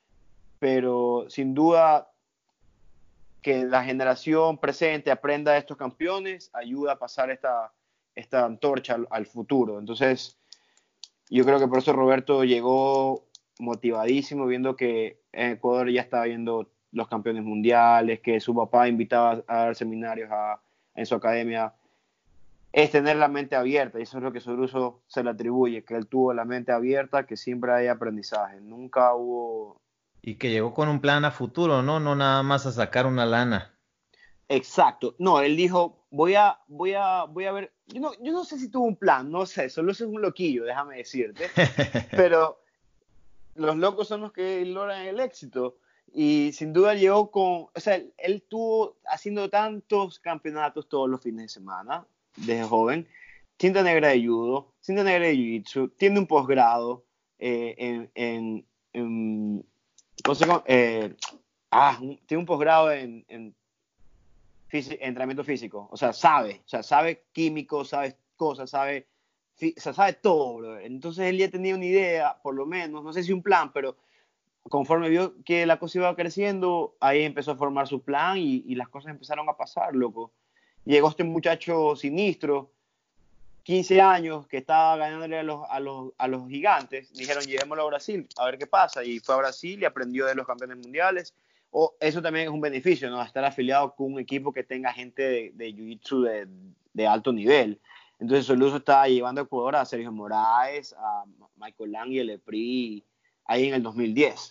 pero sin duda que la generación presente aprenda de estos campeones ayuda a pasar esta, esta antorcha al, al futuro. Entonces, yo creo que por eso Roberto llegó motivadísimo, viendo que en Ecuador ya estaba viendo los campeones mundiales, que su papá invitaba a dar seminarios a, en su academia. Es tener la mente abierta, y eso es lo que Soruso se le atribuye, que él tuvo la mente abierta, que siempre hay aprendizaje. Nunca hubo... Y que llegó con un plan a futuro, ¿no? No nada más a sacar una lana. Exacto. No, él dijo, voy a, voy a, voy a ver. Yo no, yo no sé si tuvo un plan, no sé, Soruso es un loquillo, déjame decirte. Pero los locos son los que logran el éxito. Y sin duda llegó con, o sea, él, él estuvo haciendo tantos campeonatos todos los fines de semana, desde joven, cinta negra de judo, cinta negra de jiu-jitsu, tiene un posgrado eh, en, en, en, ¿cómo se llama? Eh, ah, tiene un posgrado en, en físico, entrenamiento físico, o sea, sabe, o sea, sabe químico, sabe cosas, sabe, o sea, sabe todo, bro. Entonces él ya tenía una idea, por lo menos, no sé si un plan, pero conforme vio que la cosa iba creciendo, ahí empezó a formar su plan y, y las cosas empezaron a pasar, loco. Llegó este muchacho sinistro, quince años, que estaba ganándole a los, a los, a los gigantes. Dijeron, llevémoslo a Brasil, a ver qué pasa. Y fue a Brasil y aprendió de los campeones mundiales. O, eso también es un beneficio, ¿no? Estar afiliado con un equipo que tenga gente de, de jiu-jitsu de, de alto nivel. Entonces Soluso estaba llevando a Ecuador a Sergio Moraes, a Michael Lang y el Epri ahí en el dos mil diez.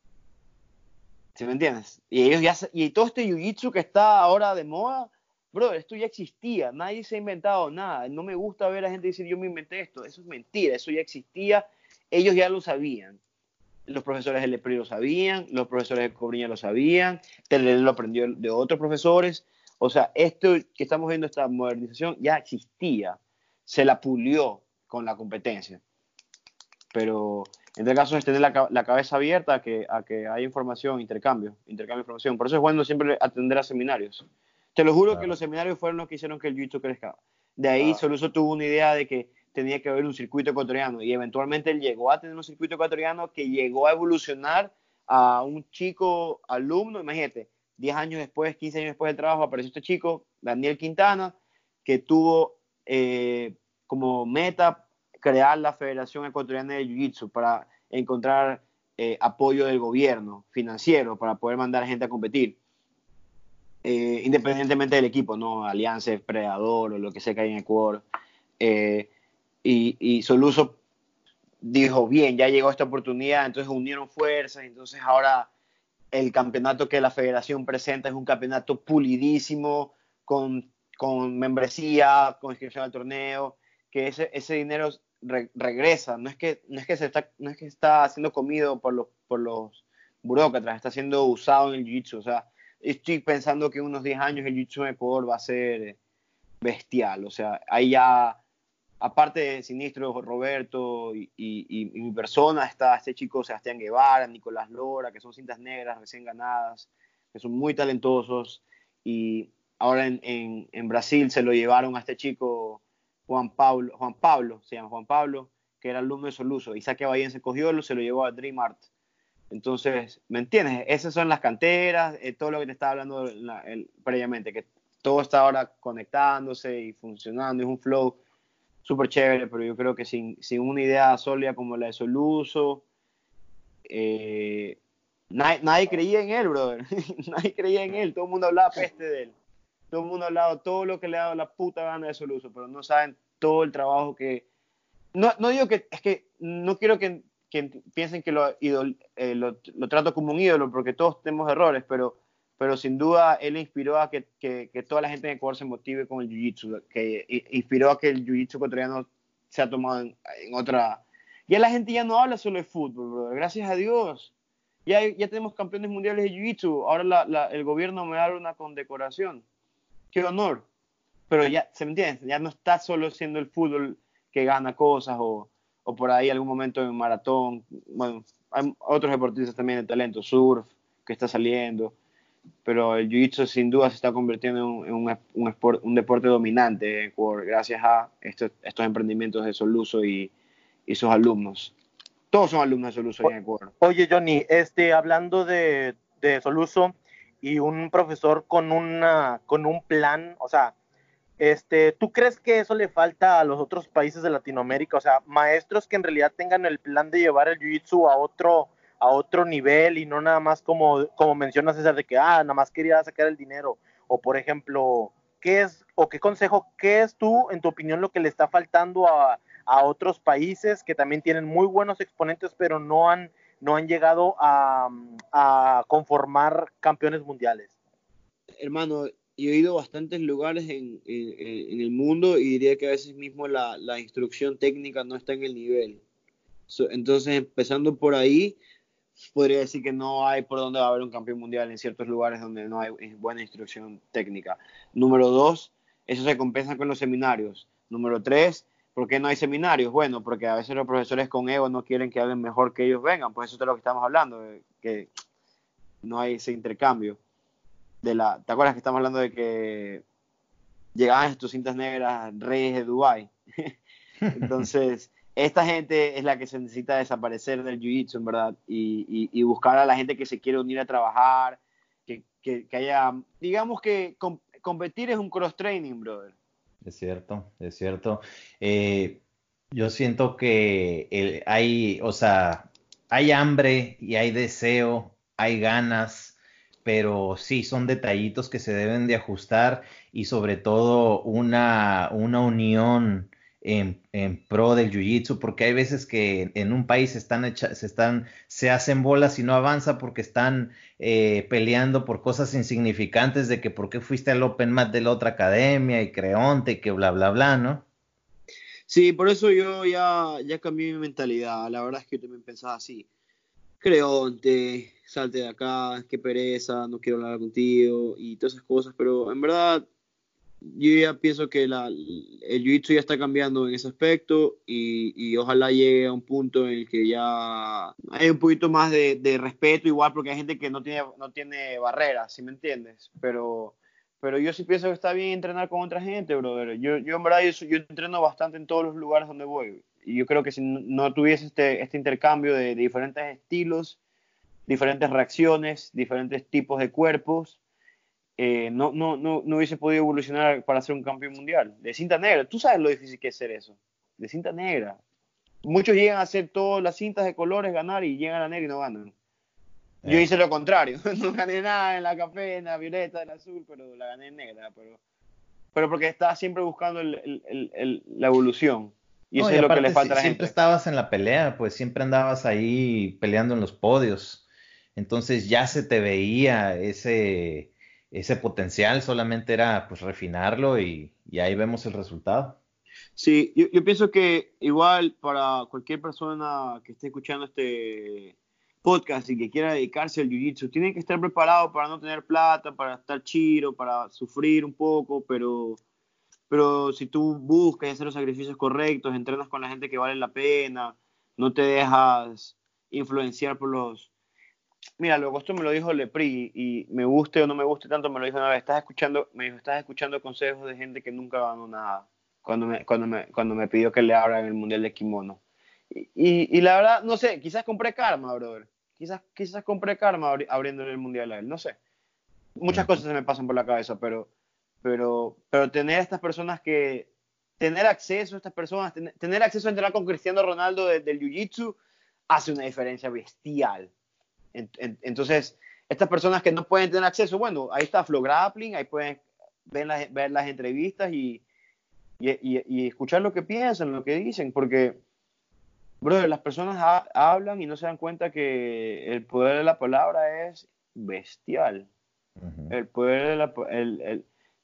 ¿Sí me entiendes? Y ellos ya, y todo este jiu-jitsu que está ahora de moda, bro, esto ya existía, nadie se ha inventado nada. No me gusta ver a gente decir yo me inventé esto, eso es mentira, eso ya existía, ellos ya lo sabían. Los profesores del Epri lo sabían, los profesores de Cobriña lo sabían, Telele lo aprendió de otros profesores. O sea, esto que estamos viendo, esta modernización, ya existía, se la pulió con la competencia. Pero en este caso es tener la, la cabeza abierta a que, a que haya información, intercambio, intercambio de información. Por eso es bueno siempre atender a seminarios. Te lo juro, claro, que los seminarios fueron los que hicieron que el jiu-jitsu crezca. De ahí, claro, Soluso tuvo una idea de que tenía que haber un circuito ecuatoriano, y eventualmente él llegó a tener un circuito ecuatoriano que llegó a evolucionar a un chico alumno. Imagínate, diez años después, quince años después del trabajo, apareció este chico, Daniel Quintana, que tuvo eh, como meta crear la Federación Ecuatoriana de Jiu-Jitsu para encontrar eh, apoyo del gobierno financiero para poder mandar gente a competir, eh, independientemente del equipo, ¿no? Alianza, Predador o lo que sea que hay en Ecuador. Eh, y, y Soluso dijo, bien, ya llegó esta oportunidad, entonces unieron fuerzas, entonces ahora el campeonato que la federación presenta es un campeonato pulidísimo, con, con membresía, con inscripción al torneo, que ese, ese dinero re, regresa, no es que, no es que se está, no es que está siendo comido por los, por los burócratas, está siendo usado en el jiu-jitsu. O sea, estoy pensando que en unos diez años el jiu-jitsu en Ecuador va a ser bestial. O sea, ahí ya, aparte de Sinistro, Roberto y, y, y mi persona, está este chico Sebastián Guevara, Nicolás Lora, que son cintas negras recién ganadas, que son muy talentosos. Y ahora en, en, en Brasil se lo llevaron a este chico Juan Pablo, Juan Pablo, se llama Juan Pablo, que era alumno de Soluso. Isaac Bahía se cogió, se lo llevó a Dream Art. Entonces, ¿me entiendes? Esas son las canteras, eh, todo lo que te estaba hablando la, el, previamente, que todo está ahora conectándose y funcionando, es un flow súper chévere, pero yo creo que sin, sin una idea sólida como la de Soluso, eh, nadie, nadie creía en él, brother. Nadie creía en él, todo el mundo hablaba peste de él. Todo el mundo ha hablado todo lo que le ha dado la puta gana de Soluso, pero no saben todo el trabajo que... No, no digo que... Es que no quiero que, que piensen que lo, idol, eh, lo, lo trato como un ídolo, porque todos tenemos errores, pero, pero sin duda él inspiró a que, que, que toda la gente en Ecuador se motive con el jiu-jitsu, que inspiró a que el jiu-jitsu ecuatoriano se ha tomado en, en otra... Ya la gente ya no habla solo de fútbol, bro. Gracias a Dios. Ya, ya tenemos campeones mundiales de jiu-jitsu. Ahora la, la, el gobierno me da una condecoración. Qué honor, pero ya, ¿se me entiende? Ya no está solo siendo el fútbol que gana cosas, o, o por ahí algún momento en maratón. Bueno, hay otros deportistas también de talento, surf, que está saliendo. pero el jiu-jitsu sin duda se está convirtiendo en un, en un, un, esport, un deporte dominante en Ecuador, gracias a estos, estos emprendimientos de Soluso y, y sus alumnos. Todos son alumnos de Soluso en Ecuador. Oye, Johnny, este, hablando de, de Soluso y un profesor con, una, con un plan, o sea, este, ¿tú crees que eso le falta a los otros países de Latinoamérica? O sea, maestros que en realidad tengan el plan de llevar el jiu-jitsu a otro, a otro nivel y no nada más como, como menciona César, de que, ah, nada más quería sacar el dinero. O, por ejemplo, ¿qué es, o qué consejo, qué es tú, en tu opinión, lo que le está faltando a, a otros países que también tienen muy buenos exponentes, pero no han, no han llegado a, a conformar campeones mundiales? Hermano, yo he ido a bastantes lugares en, en, en el mundo y diría que a veces mismo la, la instrucción técnica no está en el nivel. So, entonces, empezando por ahí, podría decir que no hay por dónde va a haber un campeón mundial en ciertos lugares donde no hay buena instrucción técnica. Número dos, eso se compensa con los seminarios. Número tres, ¿por qué no hay seminarios? Bueno, porque a veces los profesores con ego no quieren que alguien mejor que ellos vengan. Pues eso es de lo que estamos hablando, de que no hay ese intercambio. De la, ¿te acuerdas que estamos hablando de que llegaban estos cintas negras reyes de Dubái? Entonces, esta gente es la que se necesita desaparecer del jiu-jitsu, en verdad, y, y, y buscar a la gente que se quiere unir a trabajar, que, que, que haya, digamos que com, competir es un cross-training, brother. Es cierto, es cierto. Eh, yo siento que el, hay, o sea, hay hambre y hay deseo, hay ganas, pero sí, son detallitos que se deben de ajustar y sobre todo una, una unión en, en pro del jiu-jitsu, porque hay veces que en un país están hecha, se, están, se hacen bolas y no avanza porque están eh, peleando por cosas insignificantes de que por qué fuiste al Open Mat de la otra academia y Creonte y que bla, bla, bla, ¿no? Sí, por eso yo ya, ya cambié mi mentalidad. La verdad es que yo también pensaba así. Creonte, salte de acá, qué pereza, no quiero hablar contigo y todas esas cosas, pero en verdad yo ya pienso que la, el jiu-jitsu ya está cambiando en ese aspecto y, y ojalá llegue a un punto en el que ya hay un poquito más de, de respeto, igual porque hay gente que no tiene, no tiene barreras, ¿sí me entiendes? Pero, pero yo sí pienso que está bien entrenar con otra gente, brother. Yo, yo en verdad yo, yo entreno bastante en todos los lugares donde voy. Y yo creo que si no tuviese este, este intercambio de, de diferentes estilos, diferentes reacciones, diferentes tipos de cuerpos, eh, no, no, no, no hubiese podido evolucionar para ser un campeón mundial. De cinta negra, tú sabes lo difícil que es ser eso. De cinta negra. Muchos llegan a hacer todas las cintas de colores, ganar, y llegan a la negra y no ganan. Eh. Yo hice lo contrario. No gané nada en la café, en la violeta, en la azul, pero la gané en negra. Pero, pero porque estaba siempre buscando el, el, el, el, la evolución. Y eso no, y es lo que le falta a la siempre gente. Estabas en la pelea, pues siempre andabas ahí peleando en los podios. Entonces ya se te veía ese, ese potencial, solamente era pues refinarlo y, y ahí vemos el resultado. Sí, yo, yo pienso que igual para cualquier persona que esté escuchando este podcast y que quiera dedicarse al jiu-jitsu, tiene que estar preparado para no tener plata, para estar chido, para sufrir un poco, pero... Pero si tú buscas hacer los sacrificios correctos, entrenas con la gente que vale la pena, no te dejas influenciar por los... Mira, luego esto me lo dijo Lepri y me guste o no me guste tanto, me lo dijo una vez. Estás escuchando, me dijo, estás escuchando consejos de gente que nunca ganó nada cuando me, cuando me, cuando me pidió que le abra en el Mundial de Kimono. Y, y, y la verdad, no sé, quizás compré karma, brother. Quizás, quizás compré karma abri abriéndole el Mundial a él, no sé. Muchas cosas se me pasan por la cabeza, pero... Pero, pero tener a estas personas que, tener acceso a estas personas, ten, tener acceso a entrenar con Cristiano Ronaldo de, del Jiu-Jitsu hace una diferencia bestial. En, en, entonces, estas personas que no pueden tener acceso, bueno, ahí está Flow Grappling, ahí pueden ver las, ver las entrevistas y, y, y, y escuchar lo que piensan, lo que dicen, porque, brother, las personas ha, hablan y no se dan cuenta que el poder de la palabra es bestial. Uh-huh. El poder de la... El, el,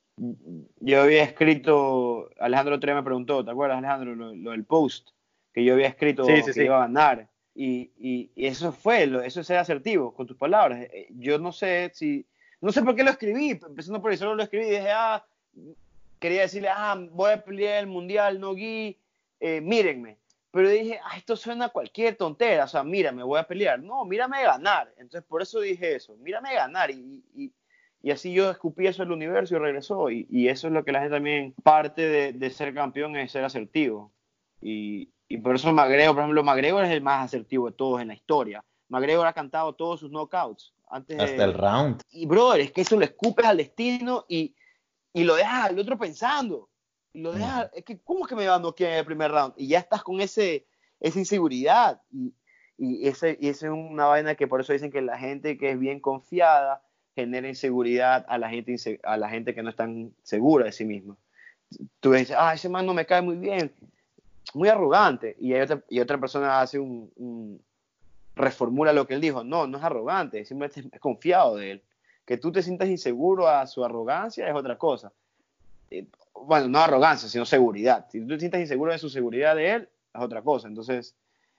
yo había escrito, Alejandro Tre me preguntó, ¿te acuerdas, Alejandro? Lo, lo del post, que yo había escrito sí, sí, que sí. iba a ganar. Y, y, y eso fue, lo, eso es ser asertivo con tus palabras. Yo no sé si, no sé por qué lo escribí, empezando por ahí, solo lo escribí y dije, ah, quería decirle, ah, voy a pelear el mundial, no gui, eh, mírenme. Pero dije, ah, esto suena a cualquier tontera, o sea, mírame, voy a pelear. No, mírame ganar. Entonces, por eso dije eso, mírame ganar. Y, y y así yo escupí eso al universo y regresó. Y, y eso es lo que la gente también, parte de, de ser campeón es ser asertivo. Y, y por eso McGregor, por ejemplo, McGregor es el más asertivo de todos en la historia. McGregor ha cantado todos sus knockouts. Antes de... Hasta el round. Y, brother, es que eso lo escupes al destino y, y lo dejas al otro pensando. Y lo dejas, es que, ¿cómo es que me va a noquear en el primer round? Y ya estás con ese, esa inseguridad. Y, y ese, y ese es una vaina que por eso dicen que la gente que es bien confiada genera inseguridad a la gente, a la gente que no es tan segura de sí misma. Tú dices, ah, ese man no me cae muy bien, muy arrogante. Y, hay otra, y otra persona hace un, un... reformula lo que él dijo. No, no es arrogante, simplemente es confiado de él. Que tú te sientas inseguro a su arrogancia es otra cosa. Bueno, no arrogancia, sino seguridad. Si tú te sientas inseguro de su seguridad de él, es otra cosa. Entonces,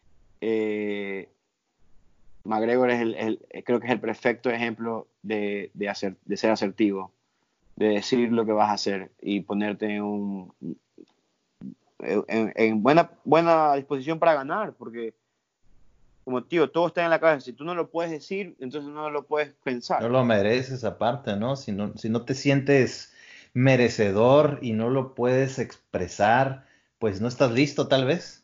eh, McGregor es el, el, creo que es el perfecto ejemplo de, de, hacer, de ser asertivo, de decir lo que vas a hacer y ponerte en, un, en, en buena, buena disposición para ganar, porque como tío, todo está en la cabeza. Si tú no lo puedes decir, entonces no lo puedes pensar. No lo mereces aparte, ¿no? Si no, si no te sientes merecedor y no lo puedes expresar, pues no estás listo tal vez.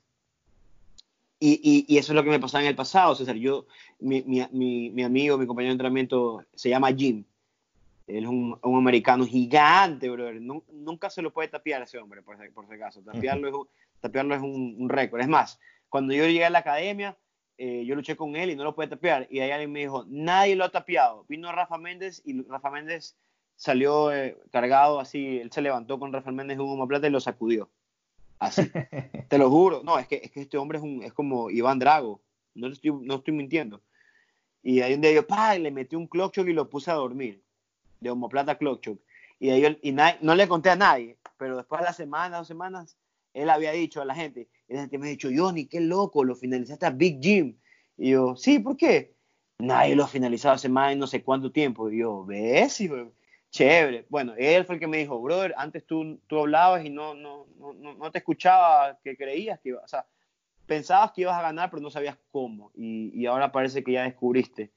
Y, y, y eso es lo que me pasaba en el pasado, César. Yo, mi, mi, mi, mi amigo, mi compañero de entrenamiento se llama Jim. Él es un, un americano gigante, brother. No, nunca se lo puede tapiar a ese hombre, por, por si acaso. Tapiarlo es, un, tapiarlo es un, un récord. Es más, cuando yo llegué a la academia, eh, yo luché con él y no lo puede tapiar. Y ahí alguien me dijo, nadie lo ha tapiado. Vino Rafa Méndez y Rafa Méndez salió eh, cargado así. Él se levantó con Rafa Méndez en un omoplata y lo sacudió. Así. Te lo juro. No, es que, es que este hombre es, un, es como Iván Drago. No estoy, no estoy mintiendo. Y ahí un día yo, pa, le metí un clock choke y lo puse a dormir. De omoplata clock choke. Y, ahí yo, y na, no le conté a nadie. Pero después de la semana, dos semanas, él había dicho a la gente. Y la gente me ha dicho, Johnny, qué loco, lo finalizaste a Big Jim. Y yo, sí, ¿por qué? Nadie lo ha finalizado hace más de no sé cuánto tiempo. Y yo, ¿ves? Y yo, chévere. Bueno, él fue el que me dijo, brother, antes tú, tú hablabas y no, no, no, no te escuchaba que creías que iba, o sea, pensabas que ibas a ganar, pero no sabías cómo. Y, y ahora parece que ya descubriste.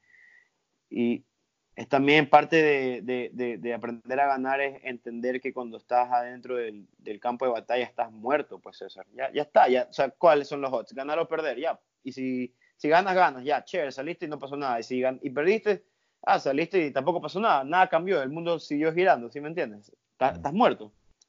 Y es también parte de, de, de, de aprender a ganar, es entender que cuando estás adentro del, del campo de batalla estás muerto, pues César. Ya, ya está, ya, o sea, ¿cuáles son los odds? Ganar o perder, ya. Y si, si ganas, ganas, ya, chévere, saliste y no pasó nada. Y si gan- y perdiste, ah, saliste y tampoco pasó nada, nada cambió, el mundo siguió girando, ¿sí me entiendes? Estás, estás muerto.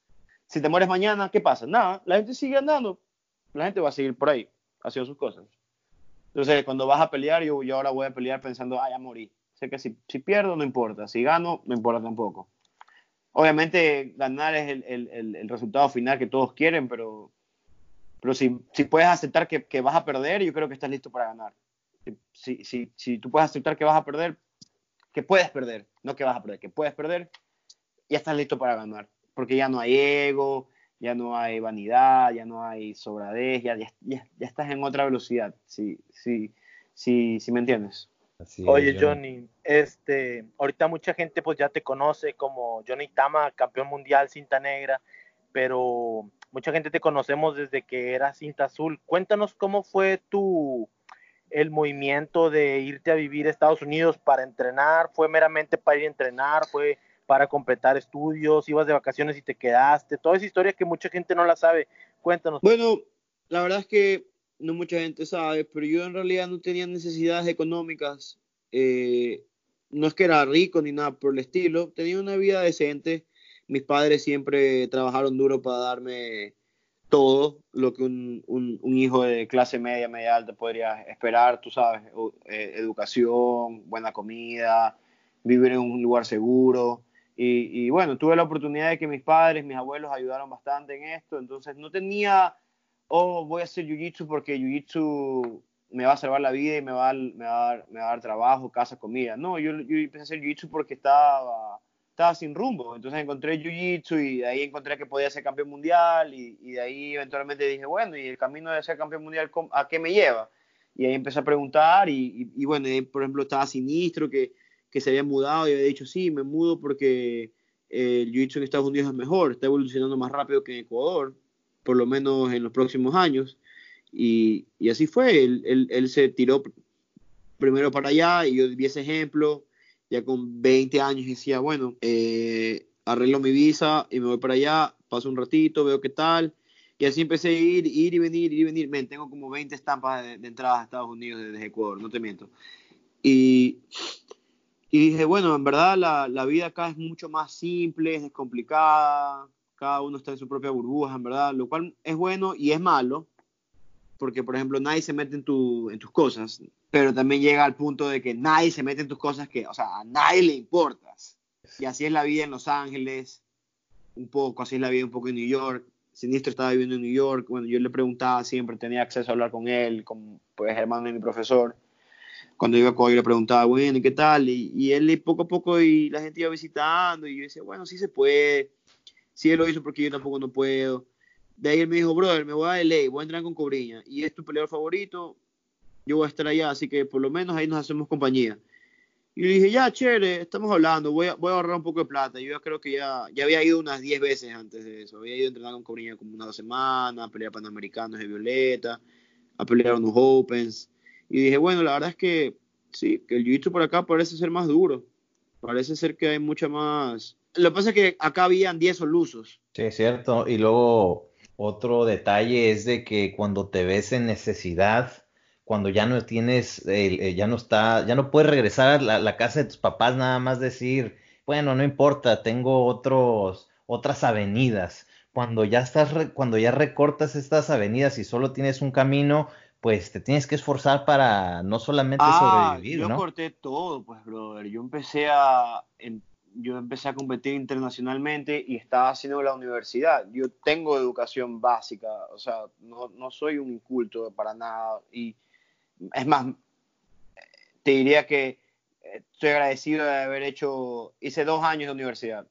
Si te mueres mañana, ¿qué pasa? Nada, la gente sigue andando, la gente va a seguir por ahí, haciendo sus cosas. Entonces, cuando vas a pelear, yo, yo ahora voy a pelear pensando, ah, ya morí. Sé que si, si pierdo, no importa, si gano, no importa tampoco. Obviamente, ganar es el, el, el, el resultado final que todos quieren, pero, pero si, si puedes aceptar que, que vas a perder, yo creo que estás listo para ganar. Si, si, si tú puedes aceptar que vas a perder, que puedes perder, no que vas a perder, que puedes perder, ya estás listo para ganar, porque ya no hay ego, ya no hay vanidad, ya no hay sobradez, ya, ya, ya, ya estás en otra velocidad, si, si, si, si me entiendes. Así Oye, es, Johnny. Johnny, este, ahorita mucha gente pues ya te conoce como Johnny Tama, campeón mundial cinta negra, pero mucha gente te conocemos desde que eras cinta azul. Cuéntanos cómo fue tu el movimiento de irte a vivir a Estados Unidos para entrenar. ¿Fue meramente para ir a entrenar? ¿Fue para completar estudios? ¿Ibas de vacaciones y te quedaste? Toda esa historia que mucha gente no la sabe. Cuéntanos. Bueno, la verdad es que no mucha gente sabe, pero yo en realidad no tenía necesidades económicas. Eh, no es que era rico ni nada por el estilo. Tenía una vida decente. Mis padres siempre trabajaron duro para darme todo lo que un, un, un hijo de clase media, media alta podría esperar, tú sabes, eh, educación, buena comida, vivir en un lugar seguro. Y, y bueno, tuve la oportunidad de que mis padres, mis abuelos ayudaron bastante en esto. Entonces no tenía... oh, voy a hacer jiu-jitsu porque jiu-jitsu me va a salvar la vida y me va a, me va a, dar, me va a dar trabajo, casa, comida. No, yo, yo empecé a hacer jiu-jitsu porque estaba, estaba sin rumbo. Entonces encontré jiu-jitsu y de ahí encontré que podía ser campeón mundial y, y de ahí eventualmente dije, bueno, ¿y el camino de ser campeón mundial a qué me lleva? Y ahí empecé a preguntar y, y, y bueno, ahí, por ejemplo, estaba Sinistro que, que se había mudado y había dicho, sí, me mudo porque eh, el jiu-jitsu en Estados Unidos es mejor, está evolucionando más rápido que en Ecuador, por lo menos en los próximos años, y, y así fue, él, él, él se tiró primero para allá, y yo vi ese ejemplo, ya con veinte años, decía, bueno, eh, arreglo mi visa y me voy para allá, paso un ratito, veo qué tal. Y así empecé a ir, ir y venir, ir y venir. Men, tengo como veinte estampas de, de entradas a Estados Unidos desde Ecuador, no te miento. Y, y dije, bueno, en verdad la, la vida acá es mucho más simple, es descomplicada, cada uno está en su propia burbuja, en verdad, lo cual es bueno y es malo, porque, por ejemplo, nadie se mete en, tu, en tus cosas, pero también llega al punto de que nadie se mete en tus cosas que, o sea, a nadie le importas. Y así es la vida en Los Ángeles, un poco, así es la vida un poco en New York. Sinistro estaba viviendo en New York, bueno, yo le preguntaba siempre, tenía acceso a hablar con él, con, pues, hermano de mi profesor. Cuando iba a Ecuador, yo le preguntaba, bueno, ¿y qué tal? Y, y él y poco a poco, y la gente iba visitando, y yo decía, bueno, sí se puede, sí él lo hizo porque yo tampoco no puedo. De ahí él me dijo, brother, me voy a L A, voy a entrenar con Cobriña, y es tu peleador favorito, yo voy a estar allá, así que por lo menos ahí nos hacemos compañía. Y le dije, ya, chévere, estamos hablando, voy a, voy a ahorrar un poco de plata. Yo ya creo que ya, ya había ido unas diez veces antes de eso. Había ido a entrenar con Cobriña como unas dos semanas, a pelear Panamericanos de Violeta, a pelear unos Opens. Y dije, bueno, la verdad es que sí, que el jiu-jitsu por acá parece ser más duro. Parece ser que hay mucha más... Lo que pasa es que acá habían diez solusos. Sí, es cierto. Y luego otro detalle es de que cuando te ves en necesidad, cuando ya no tienes, el- eh, ya no está, ya no puedes regresar a la, la casa de tus papás, nada más decir, bueno, no importa, tengo otros, otras avenidas. Cuando ya estás, re- cuando ya recortas estas avenidas y solo tienes un camino, pues te tienes que esforzar para no solamente Ah, sobrevivir, yo ¿no? corté todo, pues, brother. Yo empecé a, em- yo empecé a competir internacionalmente y estaba haciendo la universidad. Yo tengo educación básica, o sea, no, no soy un inculto para nada. Y es más, te diría que eh, estoy agradecido de haber hecho, hice dos años de universidad.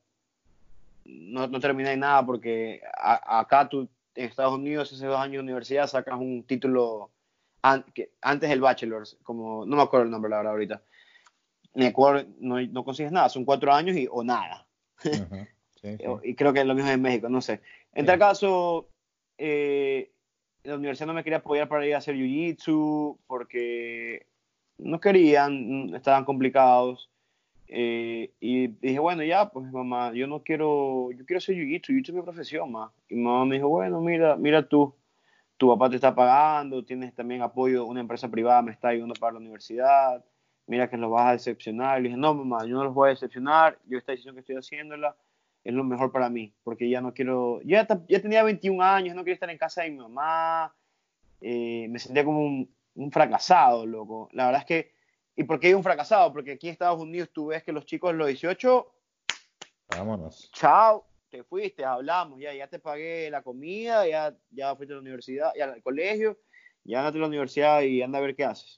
No, no terminé nada porque a- acá tú, en Estados Unidos, hace dos años de universidad, sacas un título an- que, antes del bachelor's, como, no me acuerdo el nombre la verdad ahorita. En Ecuador no, no consigues nada, son cuatro años y, o nada. Ujú. Sí, sí. Y creo que lo mismo es en México, no sé. En tal Sí. caso, eh, la universidad no me quería apoyar para ir a hacer jiu-jitsu porque no querían, estaban complicados. Eh, y dije, bueno, ya, pues mamá, yo no quiero, yo quiero hacer jiu-jitsu, jiu-jitsu es mi profesión, ma. Y mamá me dijo, bueno, mira, mira tú, tu papá te está pagando, tienes también apoyo, una empresa privada me está ayudando para la universidad, mira que los vas a decepcionar. Y le dije, no, mamá, yo no los voy a decepcionar, yo esta decisión que estoy haciéndola es lo mejor para mí, porque ya no quiero, ya, ya tenía veintiún años, no quería estar en casa de mi mamá, eh, me sentía como un, un fracasado, loco. La verdad es que, ¿y por qué digo un fracasado? Porque aquí en Estados Unidos tú ves que los chicos de los dieciocho, Vámonos. chao, te fuiste, hablamos, ya, ya te pagué la comida, ya, ya fuiste a la universidad, ya al colegio, ya andate a la universidad y anda a ver qué haces.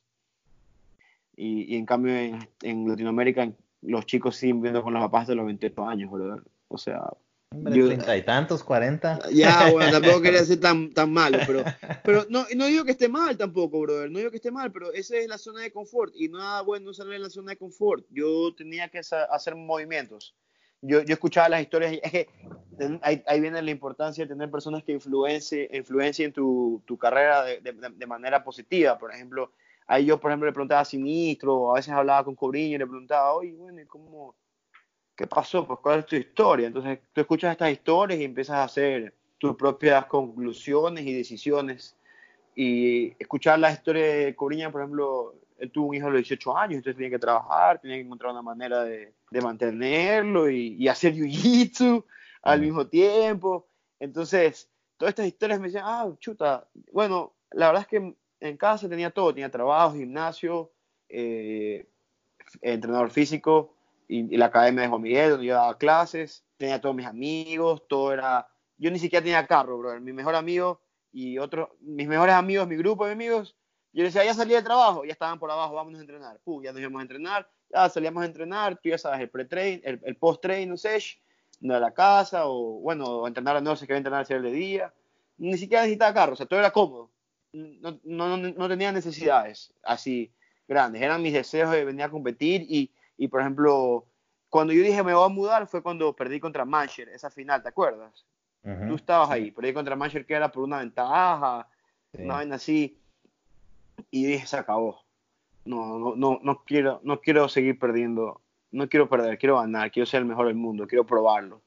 Y, y en cambio en, en Latinoamérica los chicos siguen viviendo con los papás de los veintiocho años, ¿verdad? O sea, Hombre, yo, treinta y tantos, cuarenta. ya, bueno, tampoco quería ser tan, tan malo, pero, pero no, no digo que esté mal tampoco, brother, no digo que esté mal, pero esa es la zona de confort y nada bueno salir en la zona de confort. Yo tenía que hacer movimientos. Yo, yo escuchaba las historias, es que ahí, ahí viene la importancia de tener personas que influencien, influencien tu, tu carrera de, de, de, manera positiva. Por ejemplo, ahí yo, por ejemplo, le preguntaba a Sinistro, a veces hablaba con Cobriño y le preguntaba, oye, bueno, ¿y cómo? ¿Qué pasó? Pues, ¿cuál es tu historia? Entonces, tú escuchas estas historias y empiezas a hacer tus propias conclusiones y decisiones. Y escuchar la historia de Cobriña, por ejemplo, él tuvo un hijo a los dieciocho años, entonces tenía que trabajar, tenía que encontrar una manera de, de mantenerlo y, y hacer jiu-jitsu al Mm. mismo tiempo. Entonces, todas estas historias me decían, ah, chuta, bueno, la verdad es que en casa tenía todo, tenía trabajo, gimnasio, eh, entrenador físico y, y la academia de Juan Miguel, donde yo daba clases, tenía todos mis amigos, todo era... Yo ni siquiera tenía carro, bro. Mi mejor amigo y otros, mis mejores amigos, mi grupo de amigos, yo les decía, ya salí del trabajo, ya estaban por abajo, vámonos a entrenar. Pum, ya nos íbamos a entrenar, ya salíamos a entrenar, tú ya sabes, el pre-train, el, el post-train, no sé, de la casa, o bueno, o entrenar a no sé qué entrenar hacer de día. Ni siquiera necesitaba carro, o sea, todo era cómodo. No, no, no, no tenía necesidades así grandes, eran mis deseos de venir a competir y, y por ejemplo, cuando yo dije me voy a mudar fue cuando perdí contra Mancher, esa final, ¿te acuerdas? Tú Ujú. estabas Sí, ahí, perdí contra Mancher que era por una ventaja, una sí. vaina así, y dije, se acabó. No, no, no, no quiero, no quiero seguir perdiendo no quiero perder, quiero ganar, quiero ser el mejor del mundo, quiero probarlo.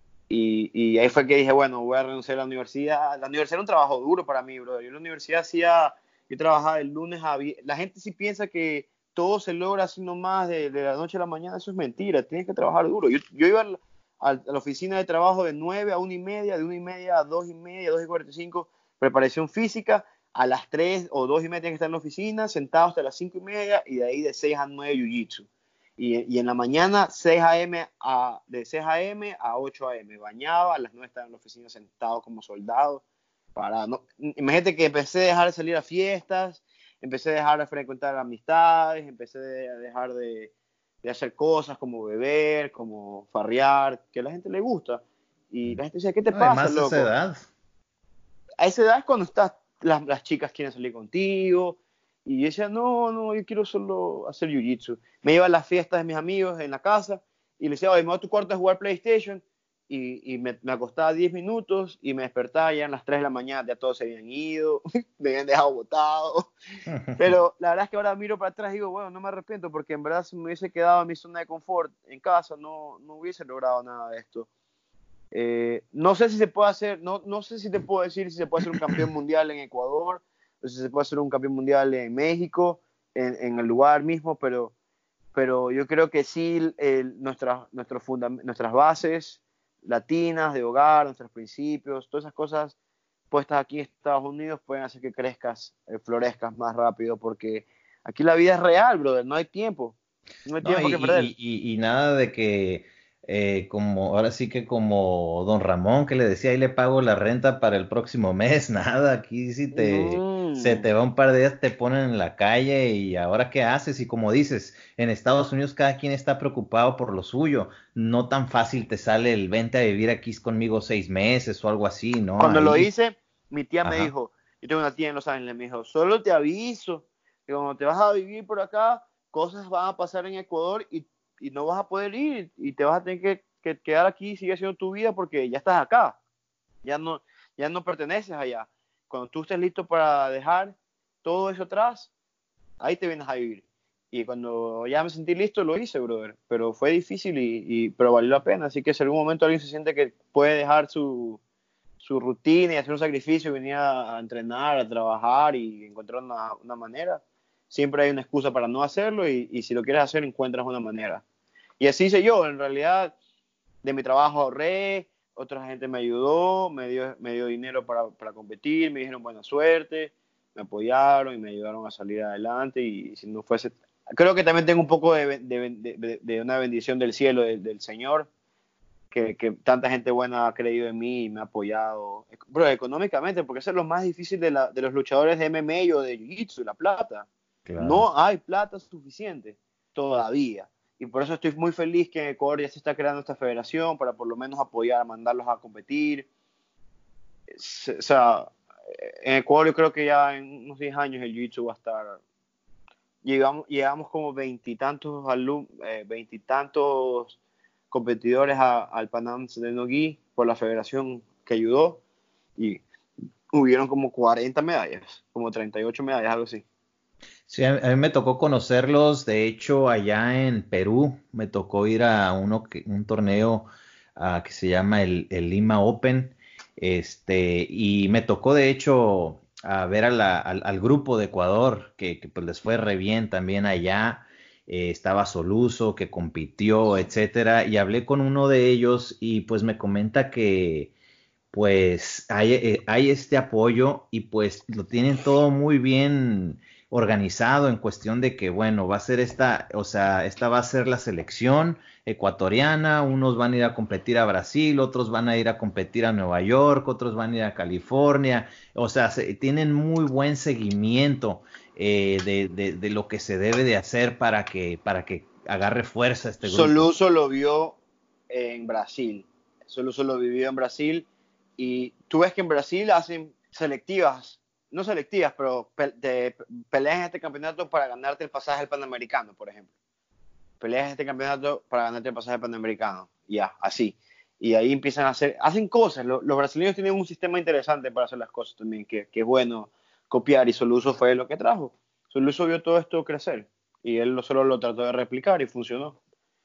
Y, y ahí fue que dije, bueno, voy a renunciar a la universidad. La universidad era un trabajo duro para mí, bro. Yo en la universidad hacía, yo trabajaba de lunes a viernes. La gente sí piensa que todo se logra así nomás de, de la noche a la mañana. Eso es mentira, tienes que trabajar duro. Yo, yo iba a la, a la oficina de trabajo de nueve a una y media, de una y media a dos y media, dos y cuarenta y cinco, preparación física. A las tres o dos y media tenía que estar en la oficina, sentado hasta las cinco y media, y de ahí de seis a nueve jiu-jitsu. Y, y en la mañana, seis a eme a, de seis a eme a ocho a eme. Bañaba, a las nueve estaba en la oficina sentado como soldado. Para no, imagínate que empecé a dejar de salir a fiestas, empecé a dejar de frecuentar amistades, empecé a dejar de, de hacer cosas como beber, como farrear, que a la gente le gusta. Y la gente decía, ¿qué te No, pasa, además loco? a esa edad. A esa edad es cuando estás, las, las chicas quieren salir contigo. Y yo decía, no, no, yo quiero solo hacer jiu-jitsu. Me iba a las fiestas de mis amigos en la casa y le decía, oye, me voy a tu cuarto a jugar PlayStation. Y, y me, me acostaba diez minutos y me despertaba ya a las tres de la mañana, ya todos se habían ido, me habían dejado botado. Pero la verdad es que ahora miro para atrás y digo, bueno, no me arrepiento porque en verdad si me hubiese quedado en mi zona de confort en casa, no, no hubiese logrado nada de esto. Eh, no sé si se puede hacer, no, no sé si te puedo decir si se puede hacer un campeón mundial en Ecuador, o si se puede hacer un campeón mundial en México, en, en el lugar mismo, pero, pero yo creo que sí, el, nuestra, nuestros fundam- nuestras bases latinas de hogar, nuestros principios, todas esas cosas puestas aquí en Estados Unidos pueden hacer que crezcas, eh, florezcas más rápido, porque aquí la vida es real, brother, no hay tiempo, no hay No, y, tiempo que perder. y, y, y nada de que, eh, como, ahora sí que como don Ramón que le decía, ahí le pago la renta para el próximo mes, nada, aquí si te, se Mm. te va un par de días te ponen en la calle y ahora qué haces, y como dices, en Estados Unidos cada quien está preocupado por lo suyo, no tan fácil te sale el vente a vivir aquí conmigo seis meses o algo así, ¿no? Cuando lo Ahí, hice, mi tía me ajá. dijo, yo tengo una tía en Los Ángeles, me dijo, solo te aviso que cuando te vas a vivir por acá, cosas van a pasar en Ecuador y, y no vas a poder ir y te vas a tener que, que quedar aquí y seguir haciendo tu vida porque ya estás acá, ya no, ya no perteneces allá. Cuando tú estés listo para dejar todo eso atrás, ahí te vienes a vivir. Y cuando ya me sentí listo, lo hice, brother. Pero fue difícil, y, y, pero valió la pena. Así que si en algún momento alguien se siente que puede dejar su, su rutina y hacer un sacrificio, venir a, a entrenar, a trabajar y encontrar una, una manera, siempre hay una excusa para no hacerlo, y, y si lo quieres hacer, encuentras una manera. Y así hice yo. En realidad, de mi trabajo ahorré, otra gente me ayudó, me dio, me dio dinero para, para competir, me dijeron buena suerte, me apoyaron y me ayudaron a salir adelante. Y si no fuese, creo que también tengo un poco de, de, de, de una bendición del cielo, de, del Señor, que, que tanta gente buena ha creído en mí y me ha apoyado, bro, económicamente, porque eso es lo más difícil de, la, de los luchadores de M M A o de Jiu-Jitsu, la plata. Claro. No hay plata suficiente todavía. Y por eso estoy muy feliz que en Ecuador ya se está creando esta federación para por lo menos apoyar, mandarlos a competir. O sea, en Ecuador yo creo que ya en unos diez años el Jiu-Jitsu va a estar... Llegamos, llegamos como veintitantos alumnos, eh, veintitantos competidores a, al Panam de Nogui por la federación que ayudó, y hubieron como cuarenta medallas, como treinta y ocho medallas, algo así. Sí, a, a mí me tocó conocerlos, de hecho, allá en Perú, me tocó ir a uno que, un torneo ah, que se llama el, el Lima Open, este, y me tocó de hecho a ver a la- al, al grupo de Ecuador, que, que, pues les fue re bien también allá, eh, estaba Soluso, que compitió, etcétera, y hablé con uno de ellos y pues me comenta que pues hay, eh, hay este apoyo y pues lo tienen todo muy bien organizado en cuestión de que, bueno, va a ser esta, o sea, esta va a ser la selección ecuatoriana, unos van a ir a competir a Brasil, otros van a ir a competir a Nueva York, otros van a ir a California, o sea, se, tienen muy buen seguimiento eh, de, de, de lo que se debe de hacer para que, para que agarre fuerza este grupo. Soluso lo vio en Brasil, Soluso lo vivió en Brasil, y tú ves que en Brasil hacen selectivas, no selectivas, pero pe de, peleas en este campeonato para ganarte el pasaje al Panamericano, por ejemplo. Peleas en este campeonato para ganarte el pasaje Panamericano, ya, así. Y ahí empiezan a hacer, hacen cosas. Los, los brasileños tienen un sistema interesante para hacer las cosas también, que, que es bueno copiar, y Soluso fue lo que trajo. Soluso vio todo esto crecer y él solo lo trató de replicar y funcionó.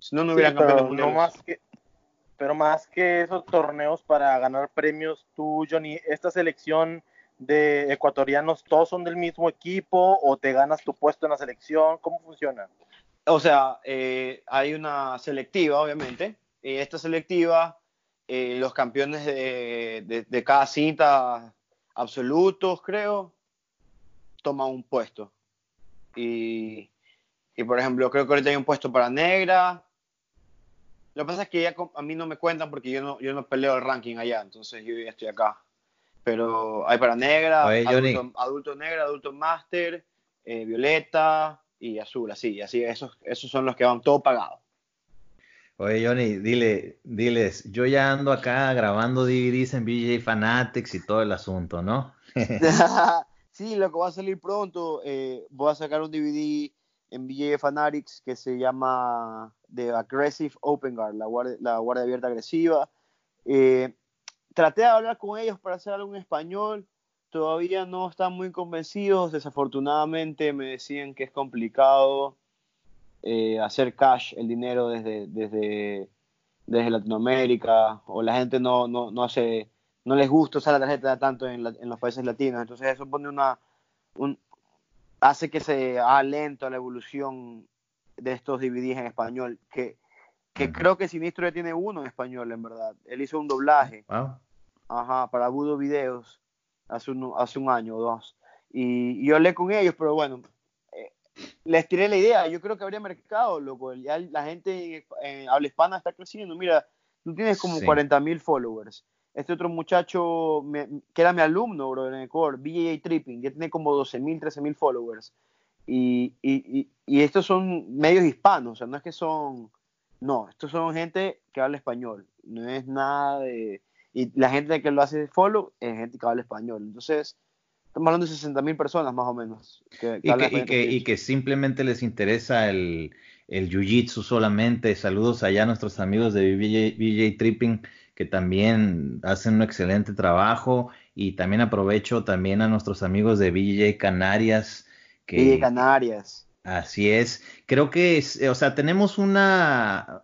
Si no, no Sí, hubieran campeones pero no mundiales. más que, pero más que esos torneos para ganar premios, tú, Johnny, esta selección de ecuatorianos, ¿todos son del mismo equipo o te ganas tu puesto en la selección? ¿Cómo funciona? O sea, eh, hay una selectiva, obviamente. Y esta selectiva, eh, los campeones de, de, de cada cinta absolutos, creo, toman un puesto. Y, y, por ejemplo, creo que ahorita hay un puesto para negra. Lo que pasa es que ya a mí no me cuentan porque yo no, yo no peleo el ranking allá, entonces yo ya estoy acá. Pero hay para negra, Oye, adulto, Johnny, adulto negra, adulto máster, eh, violeta y azul, así, así, esos, esos son los que van todo pagados. oye, Johnny, dile, diles, yo ya ando acá grabando D V Ds en B J Fanatics y todo el asunto, ¿no? Sí, lo que va a salir pronto, eh, voy a sacar un D V D en B J Fanatics que se llama The Aggressive Open Guard, la guardia, la guardia abierta agresiva. Eh, traté de hablar con ellos para hacer algo en español, todavía no están muy convencidos, desafortunadamente me decían que es complicado eh, hacer cash, el dinero desde, desde, desde Latinoamérica, o la gente no, no, no hace, no les gusta usar la tarjeta tanto en, la, en los países latinos, entonces eso pone una, un, hace que se haga lento la evolución de estos D V Ds en español, que, que Ujú. creo que Sinistro ya tiene uno en español, en verdad. Él hizo un doblaje, Wow. ajá, para Voodoo Videos hace un, hace un año o dos. Y, y yo hablé con ellos, pero bueno, eh, les tiré la idea. Yo creo que habría mercado, loco. Ya la gente en, en habla hispana está creciendo. Mira, tú tienes como Sí. cuarenta mil followers. Este otro muchacho me, que era mi alumno, bro, en Ecuador, B J A Tripping, ya tiene como doce mil, trece mil followers. Y, y, y, y estos son medios hispanos, o sea, no es que son. No, estos son gente que habla español. No es nada de. Y la gente que lo hace follow es gente que habla español. Entonces, estamos hablando de sesenta mil personas más o menos que, que Y que, hablan y español con que, y jiu-jitsu. que simplemente les interesa el, el jiu-jitsu solamente. Saludos allá a nuestros amigos de B J, B J Tripping, que también hacen un excelente trabajo. Y también aprovecho también a nuestros amigos de B J Canarias, Villa que, Canarias. así es. Creo que es, o sea, tenemos una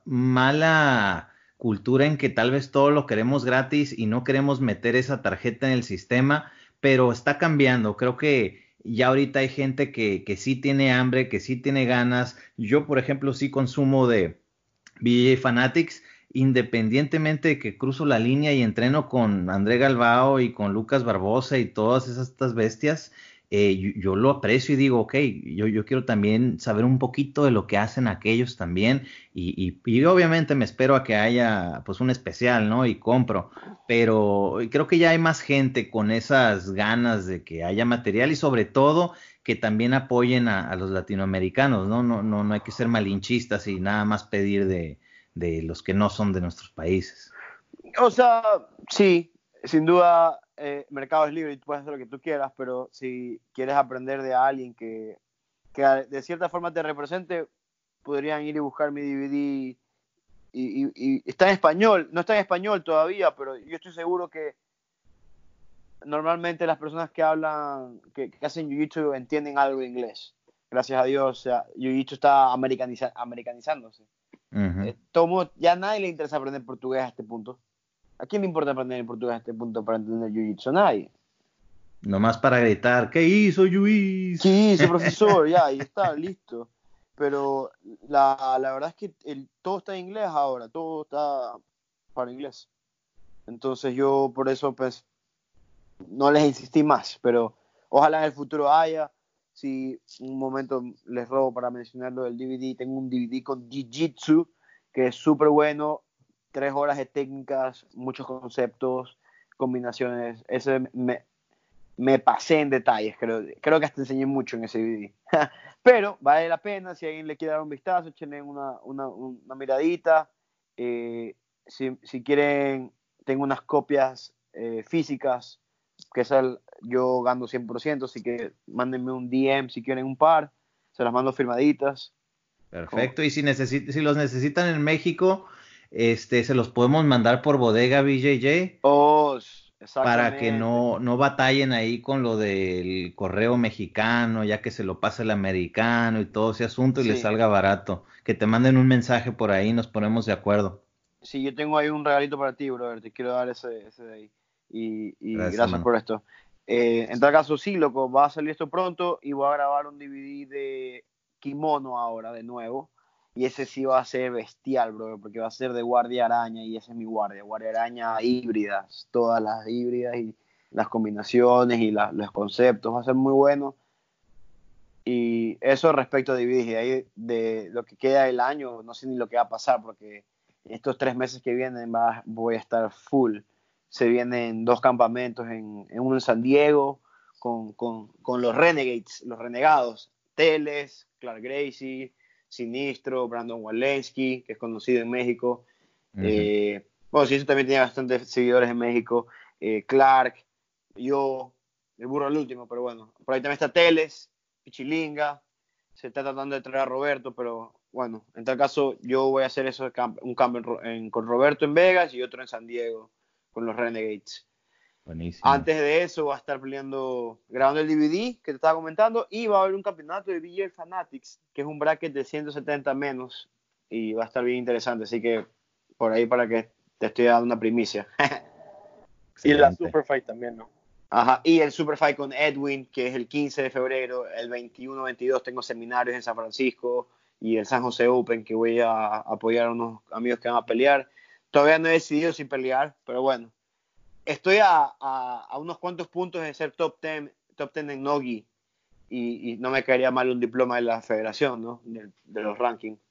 mala cultura en que tal vez todo lo queremos gratis y no queremos meter esa tarjeta en el sistema, pero está cambiando. Creo que ya ahorita hay gente que, que sí tiene hambre, que sí tiene ganas. Yo, por ejemplo, sí consumo de B J Fanatics, independientemente de que cruzo la línea y entreno con André Galbao y con Lucas Barbosa y todas esas estas bestias, eh, yo, yo lo aprecio y digo, ok, yo, yo quiero también saber un poquito de lo que hacen aquellos también y, y, y obviamente me espero a que haya pues un especial, ¿no? Y compro, pero creo que ya hay más gente con esas ganas de que haya material y sobre todo que también apoyen a, a los latinoamericanos, ¿no? No, no, no hay que ser malinchistas y nada más pedir de, de los que no son de nuestros países. O sea, sí, sin duda, eh, mercado es libre y tú puedes hacer lo que tú quieras, pero si quieres aprender de alguien que, que de cierta forma te represente, podrían ir y buscar mi D V D y, y, y está en español, no está en español todavía, pero yo estoy seguro que normalmente las personas que hablan, que, que hacen jiu-jitsu entienden algo de inglés. Gracias a Dios, o sea, jiu-jitsu está americaniza, americanizándose. Uh-huh. Eh, todo, ya a nadie le interesa aprender portugués a este punto. ¿A quién le importa aprender portugués a este punto para entender jiu-jitsu? A nadie. Nomás para gritar, ¿qué hizo Luis? Sí, ese profesor, ya, ahí está, listo. Pero la, la verdad es que el, todo está en inglés ahora, todo está para inglés. Entonces yo por eso pues no les insistí más, pero ojalá en el futuro haya. Si un momento les robo para mencionar lo del D V D, tengo un D V D con Jiu-Jitsu, que es súper bueno, tres horas de técnicas, muchos conceptos, combinaciones. Ese me, me pasé en detalles, creo, creo que hasta enseñé mucho en ese D V D. Pero vale la pena, si alguien le quiere dar un vistazo, échenle una, una, una miradita. Eh, si, si quieren, tengo unas copias eh, físicas, que es el, yo gano cien por ciento, así que mándenme un D M si quieren un par, se las mando firmaditas. Perfecto, Como, y si, necesit si los necesitan en México, este, se los podemos mandar por bodega B J J. oh, para que Exactamente. no, no batallen ahí con lo del correo mexicano, ya que se lo pasa el americano y todo ese asunto y les Sí, salga barato. Que te manden un mensaje por ahí y nos ponemos de acuerdo. sí, yo tengo ahí un regalito para ti, brother. Te quiero dar ese, ese de ahí. Y, y Gracias, gracias hermano. por esto. Eh, en tal caso, sí, loco, va a salir esto pronto y voy a grabar un D V D de Kimono ahora, de nuevo. Y ese sí va a ser bestial, brother, porque va a ser de Guardia Araña y esa es mi guardia. Guardia Araña híbridas, todas las híbridas y las combinaciones y la, los conceptos. Va a ser muy bueno. Y eso respecto a D V Ds, y ahí de lo que queda del año, no sé ni lo que va a pasar, porque estos tres meses que vienen va, voy a estar full. Se vienen dos campamentos, en, en uno en San Diego, con, con, con los Renegades, los renegados, Teles, Clark Gracie, Sinistro, Brandon Walensky, que es conocido en México. Ujú. Eh, bueno, sí, eso también tiene bastantes seguidores en México. Eh, Clark, yo, el burro al último, pero bueno. Por ahí también está Teles, Pichilinga. Se está tratando de traer a Roberto, pero bueno, en tal caso yo voy a hacer eso, un cambio en, en, con Roberto en Vegas y otro en San Diego con los Renegades. Buenísimo. Antes de eso va a estar peleando, grabando el D V D que te estaba comentando y va a haber un campeonato de V J Fanatics, que es un bracket de ciento setenta menos y va a estar bien interesante, así que por ahí para que te estoy dando una primicia. Y la Excelente. Super Fight también, ¿no? Ajá, y el Super Fight con Edwin, que es el quince de febrero, el veintiuno veintidós tengo seminarios en San Francisco y el San José Open, que voy a apoyar a unos amigos que van a pelear. Todavía no he decidido si pelear, pero bueno, estoy a, a, a unos cuantos puntos de ser top diez, top diez en Nogi y, y no me caería mal un diploma de la federación, ¿no? De, de los rankings.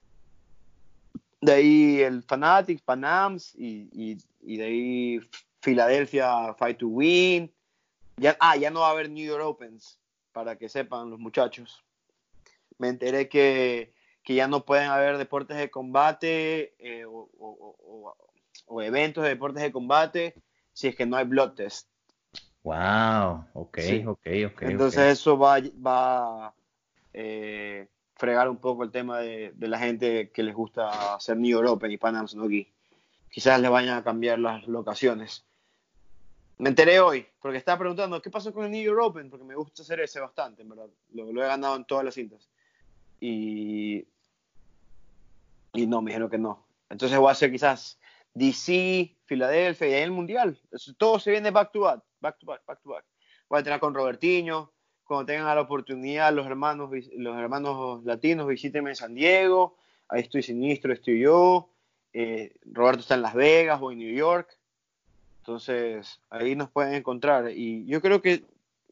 De ahí el Fanatics, Panams y, y, y de ahí Philadelphia Fight to Win. Ya, ah, ya no va a haber New York Opens, para que sepan los muchachos. Me enteré que, que ya no pueden haber deportes de combate eh, o, o, o, o eventos de deportes de combate si es que no hay blood test. Wow. Ok, Sí. ok, ok, ok. Entonces eso va, va a eh, fregar un poco el tema de, de la gente que les gusta hacer New York Open y Pan Am Snooki. Quizás le vayan a cambiar las locaciones. Me enteré hoy, porque estaba preguntando qué pasó con el New York Open, porque me gusta hacer ese bastante, en verdad. Lo, lo he ganado en todas las cintas. Y, y no, me dijeron que no. Entonces voy a hacer quizás D C, Filadelfia y ahí el Mundial. Eso, todo se viene back to back, back to back, back to back. Voy a tener con Robertinho. Cuando tengan la oportunidad, los hermanos, los hermanos latinos, visítenme en San Diego. Ahí estoy Sinistro, estoy yo. Eh, Roberto está en Las Vegas o en New York. Entonces, ahí nos pueden encontrar. Y yo creo que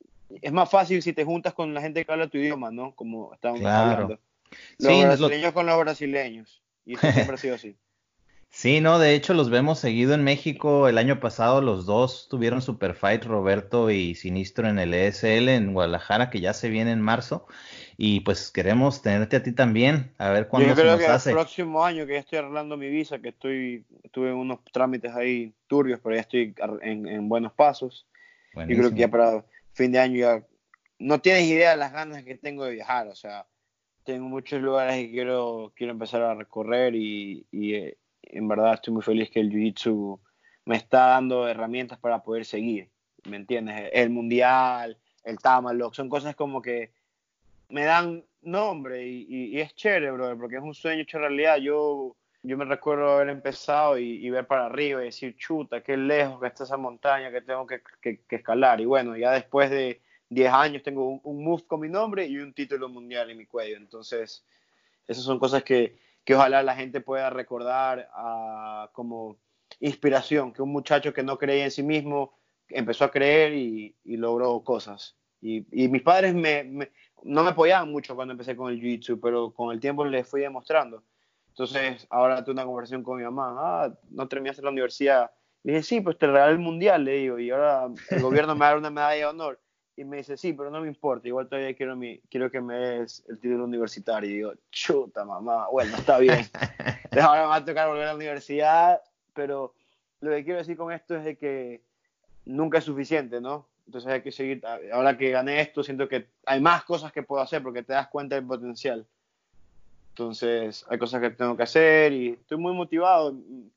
es más fácil si te juntas con la gente que habla tu idioma, ¿no? Como estábamos Claro. hablando. Los Sí, es lo, brasileños con los brasileños. Y eso siempre ha sido así. sí, no, de hecho los vemos seguido en México. El año pasado los dos tuvieron Super Fight, Roberto y Sinistro en el E S L en Guadalajara, que ya se viene en marzo. Y pues queremos tenerte a ti también, a ver Yo cuándo se creo nos que el hace. próximo año que ya estoy arreglando mi visa, que estoy tuve unos trámites ahí turbios, pero ya estoy en, en buenos pasos. Yo creo que ya Buenísimo. para fin de año ya no tienes idea de las ganas que tengo de viajar. O sea, tengo muchos lugares que quiero, quiero empezar a recorrer y, y eh, en verdad estoy muy feliz que el Jiu-Jitsu me está dando herramientas para poder seguir, ¿me entiendes? El Mundial, el Tamalock, son cosas como que me dan nombre y, y, y es chévere, brother, porque es un sueño hecho realidad. Yo, yo me recuerdo haber empezado y, y ver para arriba y decir, chuta, qué lejos que está esa montaña que tengo que, que, que escalar. Y bueno, ya después de diez años tengo un, un move con mi nombre y un título mundial en mi cuello. Entonces, esas son cosas que, que ojalá la gente pueda recordar uh, como inspiración, que un muchacho que no creía en sí mismo empezó a creer y, y logró cosas. Y, y mis padres me, me, no me apoyaban mucho cuando empecé con el Jiu-Jitsu, pero con el tiempo les fui demostrando. Entonces, ahora tuve una conversación con mi mamá, ah, ¿no terminaste la universidad? Le dije, sí, pues te regalé el mundial, le digo, y ahora el gobierno me va a dar una medalla de honor. Y me dice, sí, pero no me importa, igual todavía quiero, mi, quiero que me des el título universitario. Y digo, chuta, mamá, bueno, está bien. Entonces ahora me va a tocar volver a la universidad, pero lo que quiero decir con esto es de que nunca es suficiente, ¿no? Entonces hay que seguir, ahora que gané esto, siento que hay más cosas que puedo hacer porque te das cuenta del potencial. Entonces hay cosas que tengo que hacer y estoy muy motivado.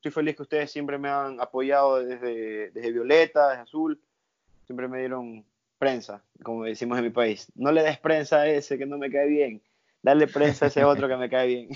estoy feliz que ustedes siempre me han apoyado desde, desde Violeta, desde Azul. Siempre me dieron prensa, como decimos en mi país. No le des prensa a ese que no me cae bien. Dale prensa a ese otro que me cae bien.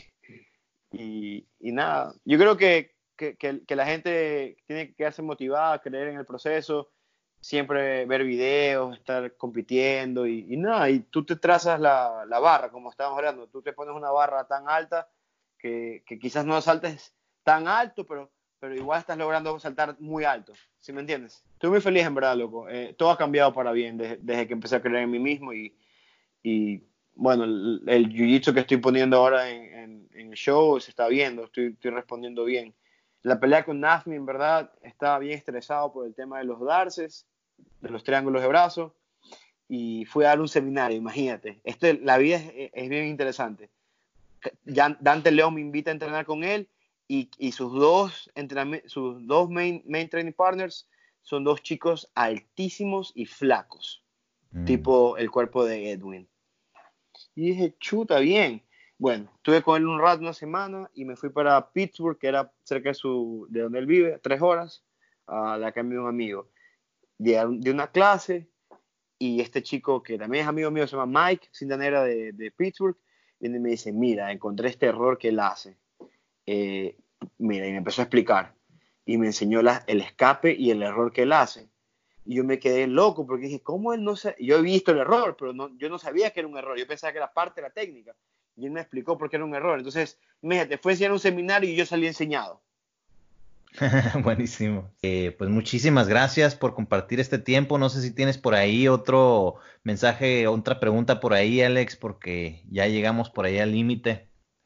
Y, y nada, yo creo que, que, que, que la gente tiene que quedarse motivada, creer en el proceso, siempre ver videos, estar compitiendo y, y nada, y tú te trazas la, la barra, como estábamos hablando, tú te pones una barra tan alta que, que quizás no saltes tan alto, pero, pero igual estás logrando saltar muy alto, ¿sí me entiendes? Estoy muy feliz en verdad, loco, eh, todo ha cambiado para bien desde, desde que empecé a creer en mí mismo y, y bueno, el, el jiu-jitsu que estoy poniendo ahora en, en, en el show se está viendo, estoy, estoy respondiendo bien. La pelea con Nafmi, en verdad, estaba bien estresado por el tema de los darces, de los triángulos de brazo, y fui a dar un seminario, imagínate. Este, la vida es, es bien interesante. Dante León me invita a entrenar con él, y, y sus dos, sus dos main, main training partners son dos chicos altísimos y flacos, mm. tipo el cuerpo de Edwin. Y dije, chuta, bien. Bueno, estuve con él un rato, una semana, y me fui para Pittsburgh, que era cerca de, su, de donde él vive, tres horas, a la casa de un amigo. De, de una clase, y este chico, que también es amigo mío, se llama Mike, cinta negra de, de Pittsburgh, viene y me dice, mira, encontré este error que él hace. Eh, mira, y me empezó a explicar. Y me enseñó la, el escape y el error que él hace. Y yo me quedé loco, porque dije, ¿cómo él no sabe? Yo he visto el error, pero no, yo no sabía que era un error. Yo pensaba que era parte de la técnica. Y él me explicó por qué era un error. Entonces, fíjate, fue a enseñar un seminario y yo salí enseñado. Buenísimo. Eh, pues muchísimas gracias por compartir este tiempo. No sé si tienes por ahí otro mensaje, otra pregunta por ahí, Alex, porque ya llegamos por ahí al límite.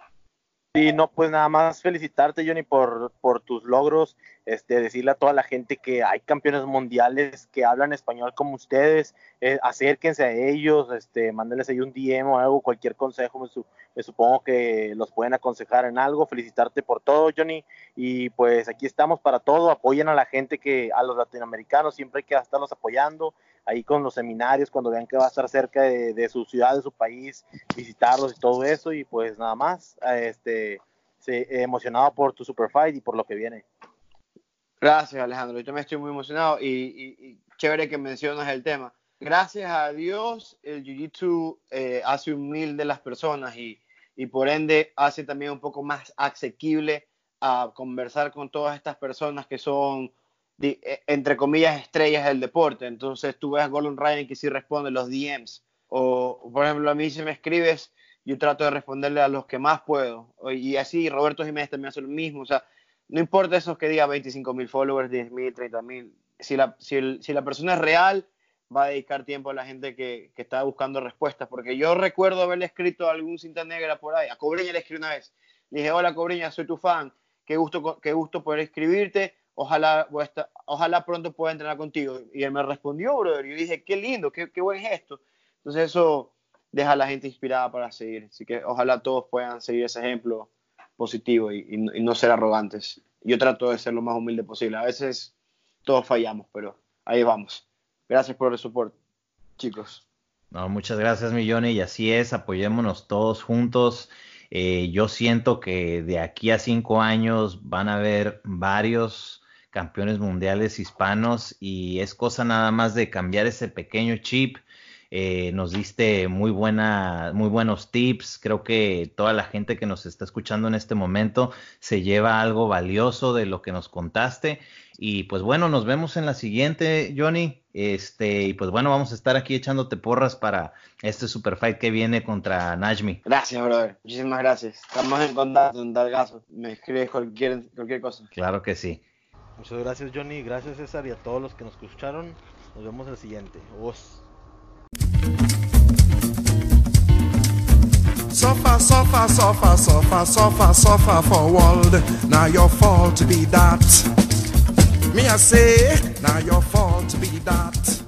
Sí, no, pues nada más felicitarte, Johnny, por, por tus logros, este, decirle a toda la gente que hay campeones mundiales que hablan español como ustedes, eh, acérquense a ellos, este, mándenles ahí un D M o algo, cualquier consejo, me, su, me supongo que los pueden aconsejar en algo. Felicitarte por todo, Johnny, y pues aquí estamos para todo. Apoyen a la gente, que a los latinoamericanos siempre hay que estarlos apoyando, ahí con los seminarios, cuando vean que va a estar cerca de, de su ciudad, de su país, visitarlos y todo eso. Y pues nada más, este, sí, emocionado por tu super fight y por lo que viene. Gracias, Alejandro, yo también estoy muy emocionado y, y, y chévere que mencionas el tema. Gracias a Dios, el jiu-jitsu eh, hace humilde las personas y, y por ende hace también un poco más asequible a conversar con todas estas personas que son, de, entre comillas, estrellas del deporte. Entonces tú ves a Gordon Ryan que sí responde los D Ms, o por ejemplo a mí si me escribes, yo trato de responderle a los que más puedo, y así Roberto Jiménez también hace lo mismo. O sea, no importa esos que diga veinticinco mil followers, diez mil, treinta mil, si la, si, el, si la persona es real, va a dedicar tiempo a la gente que, que está buscando respuestas, porque yo recuerdo haberle escrito a algún cinta negra por ahí, a Cobreña le escribí una vez, le dije, hola Cobreña, soy tu fan, qué gusto, qué gusto poder escribirte, ojalá, estar, ojalá pronto pueda entrenar contigo, y él me respondió, brother, y yo dije, qué lindo, qué, qué buen gesto. Entonces eso deja a la gente inspirada para seguir, así que ojalá todos puedan seguir ese ejemplo positivo y, y, y no ser arrogantes. Yo trato de ser lo más humilde posible, a veces todos fallamos, pero ahí vamos. Gracias por el soporte, chicos. No, muchas gracias, mi Johnny, y así es, apoyémonos todos juntos. Eh, yo siento que de aquí a cinco años van a haber varios campeones mundiales hispanos y es cosa nada más de cambiar ese pequeño chip. Eh, nos diste muy buena, muy buenos tips. Creo que toda la gente que nos está escuchando en este momento se lleva algo valioso de lo que nos contaste. Y pues bueno, nos vemos en la siguiente, Johnny. Este, y pues bueno, vamos a estar aquí echándote porras para este super fight que viene contra Najmi. Gracias, brother. Muchísimas gracias. Estamos en contacto, en tal caso. Me escribes cualquier, cualquier cosa. Claro que sí. Muchas gracias, Johnny. Gracias, César, y a todos los que nos escucharon. Nos vemos en el siguiente. Os. Suffer, suffer, suffer, suffer, suffer, suffer for world. Now your fault to be that. Me I say, now your fault to be that.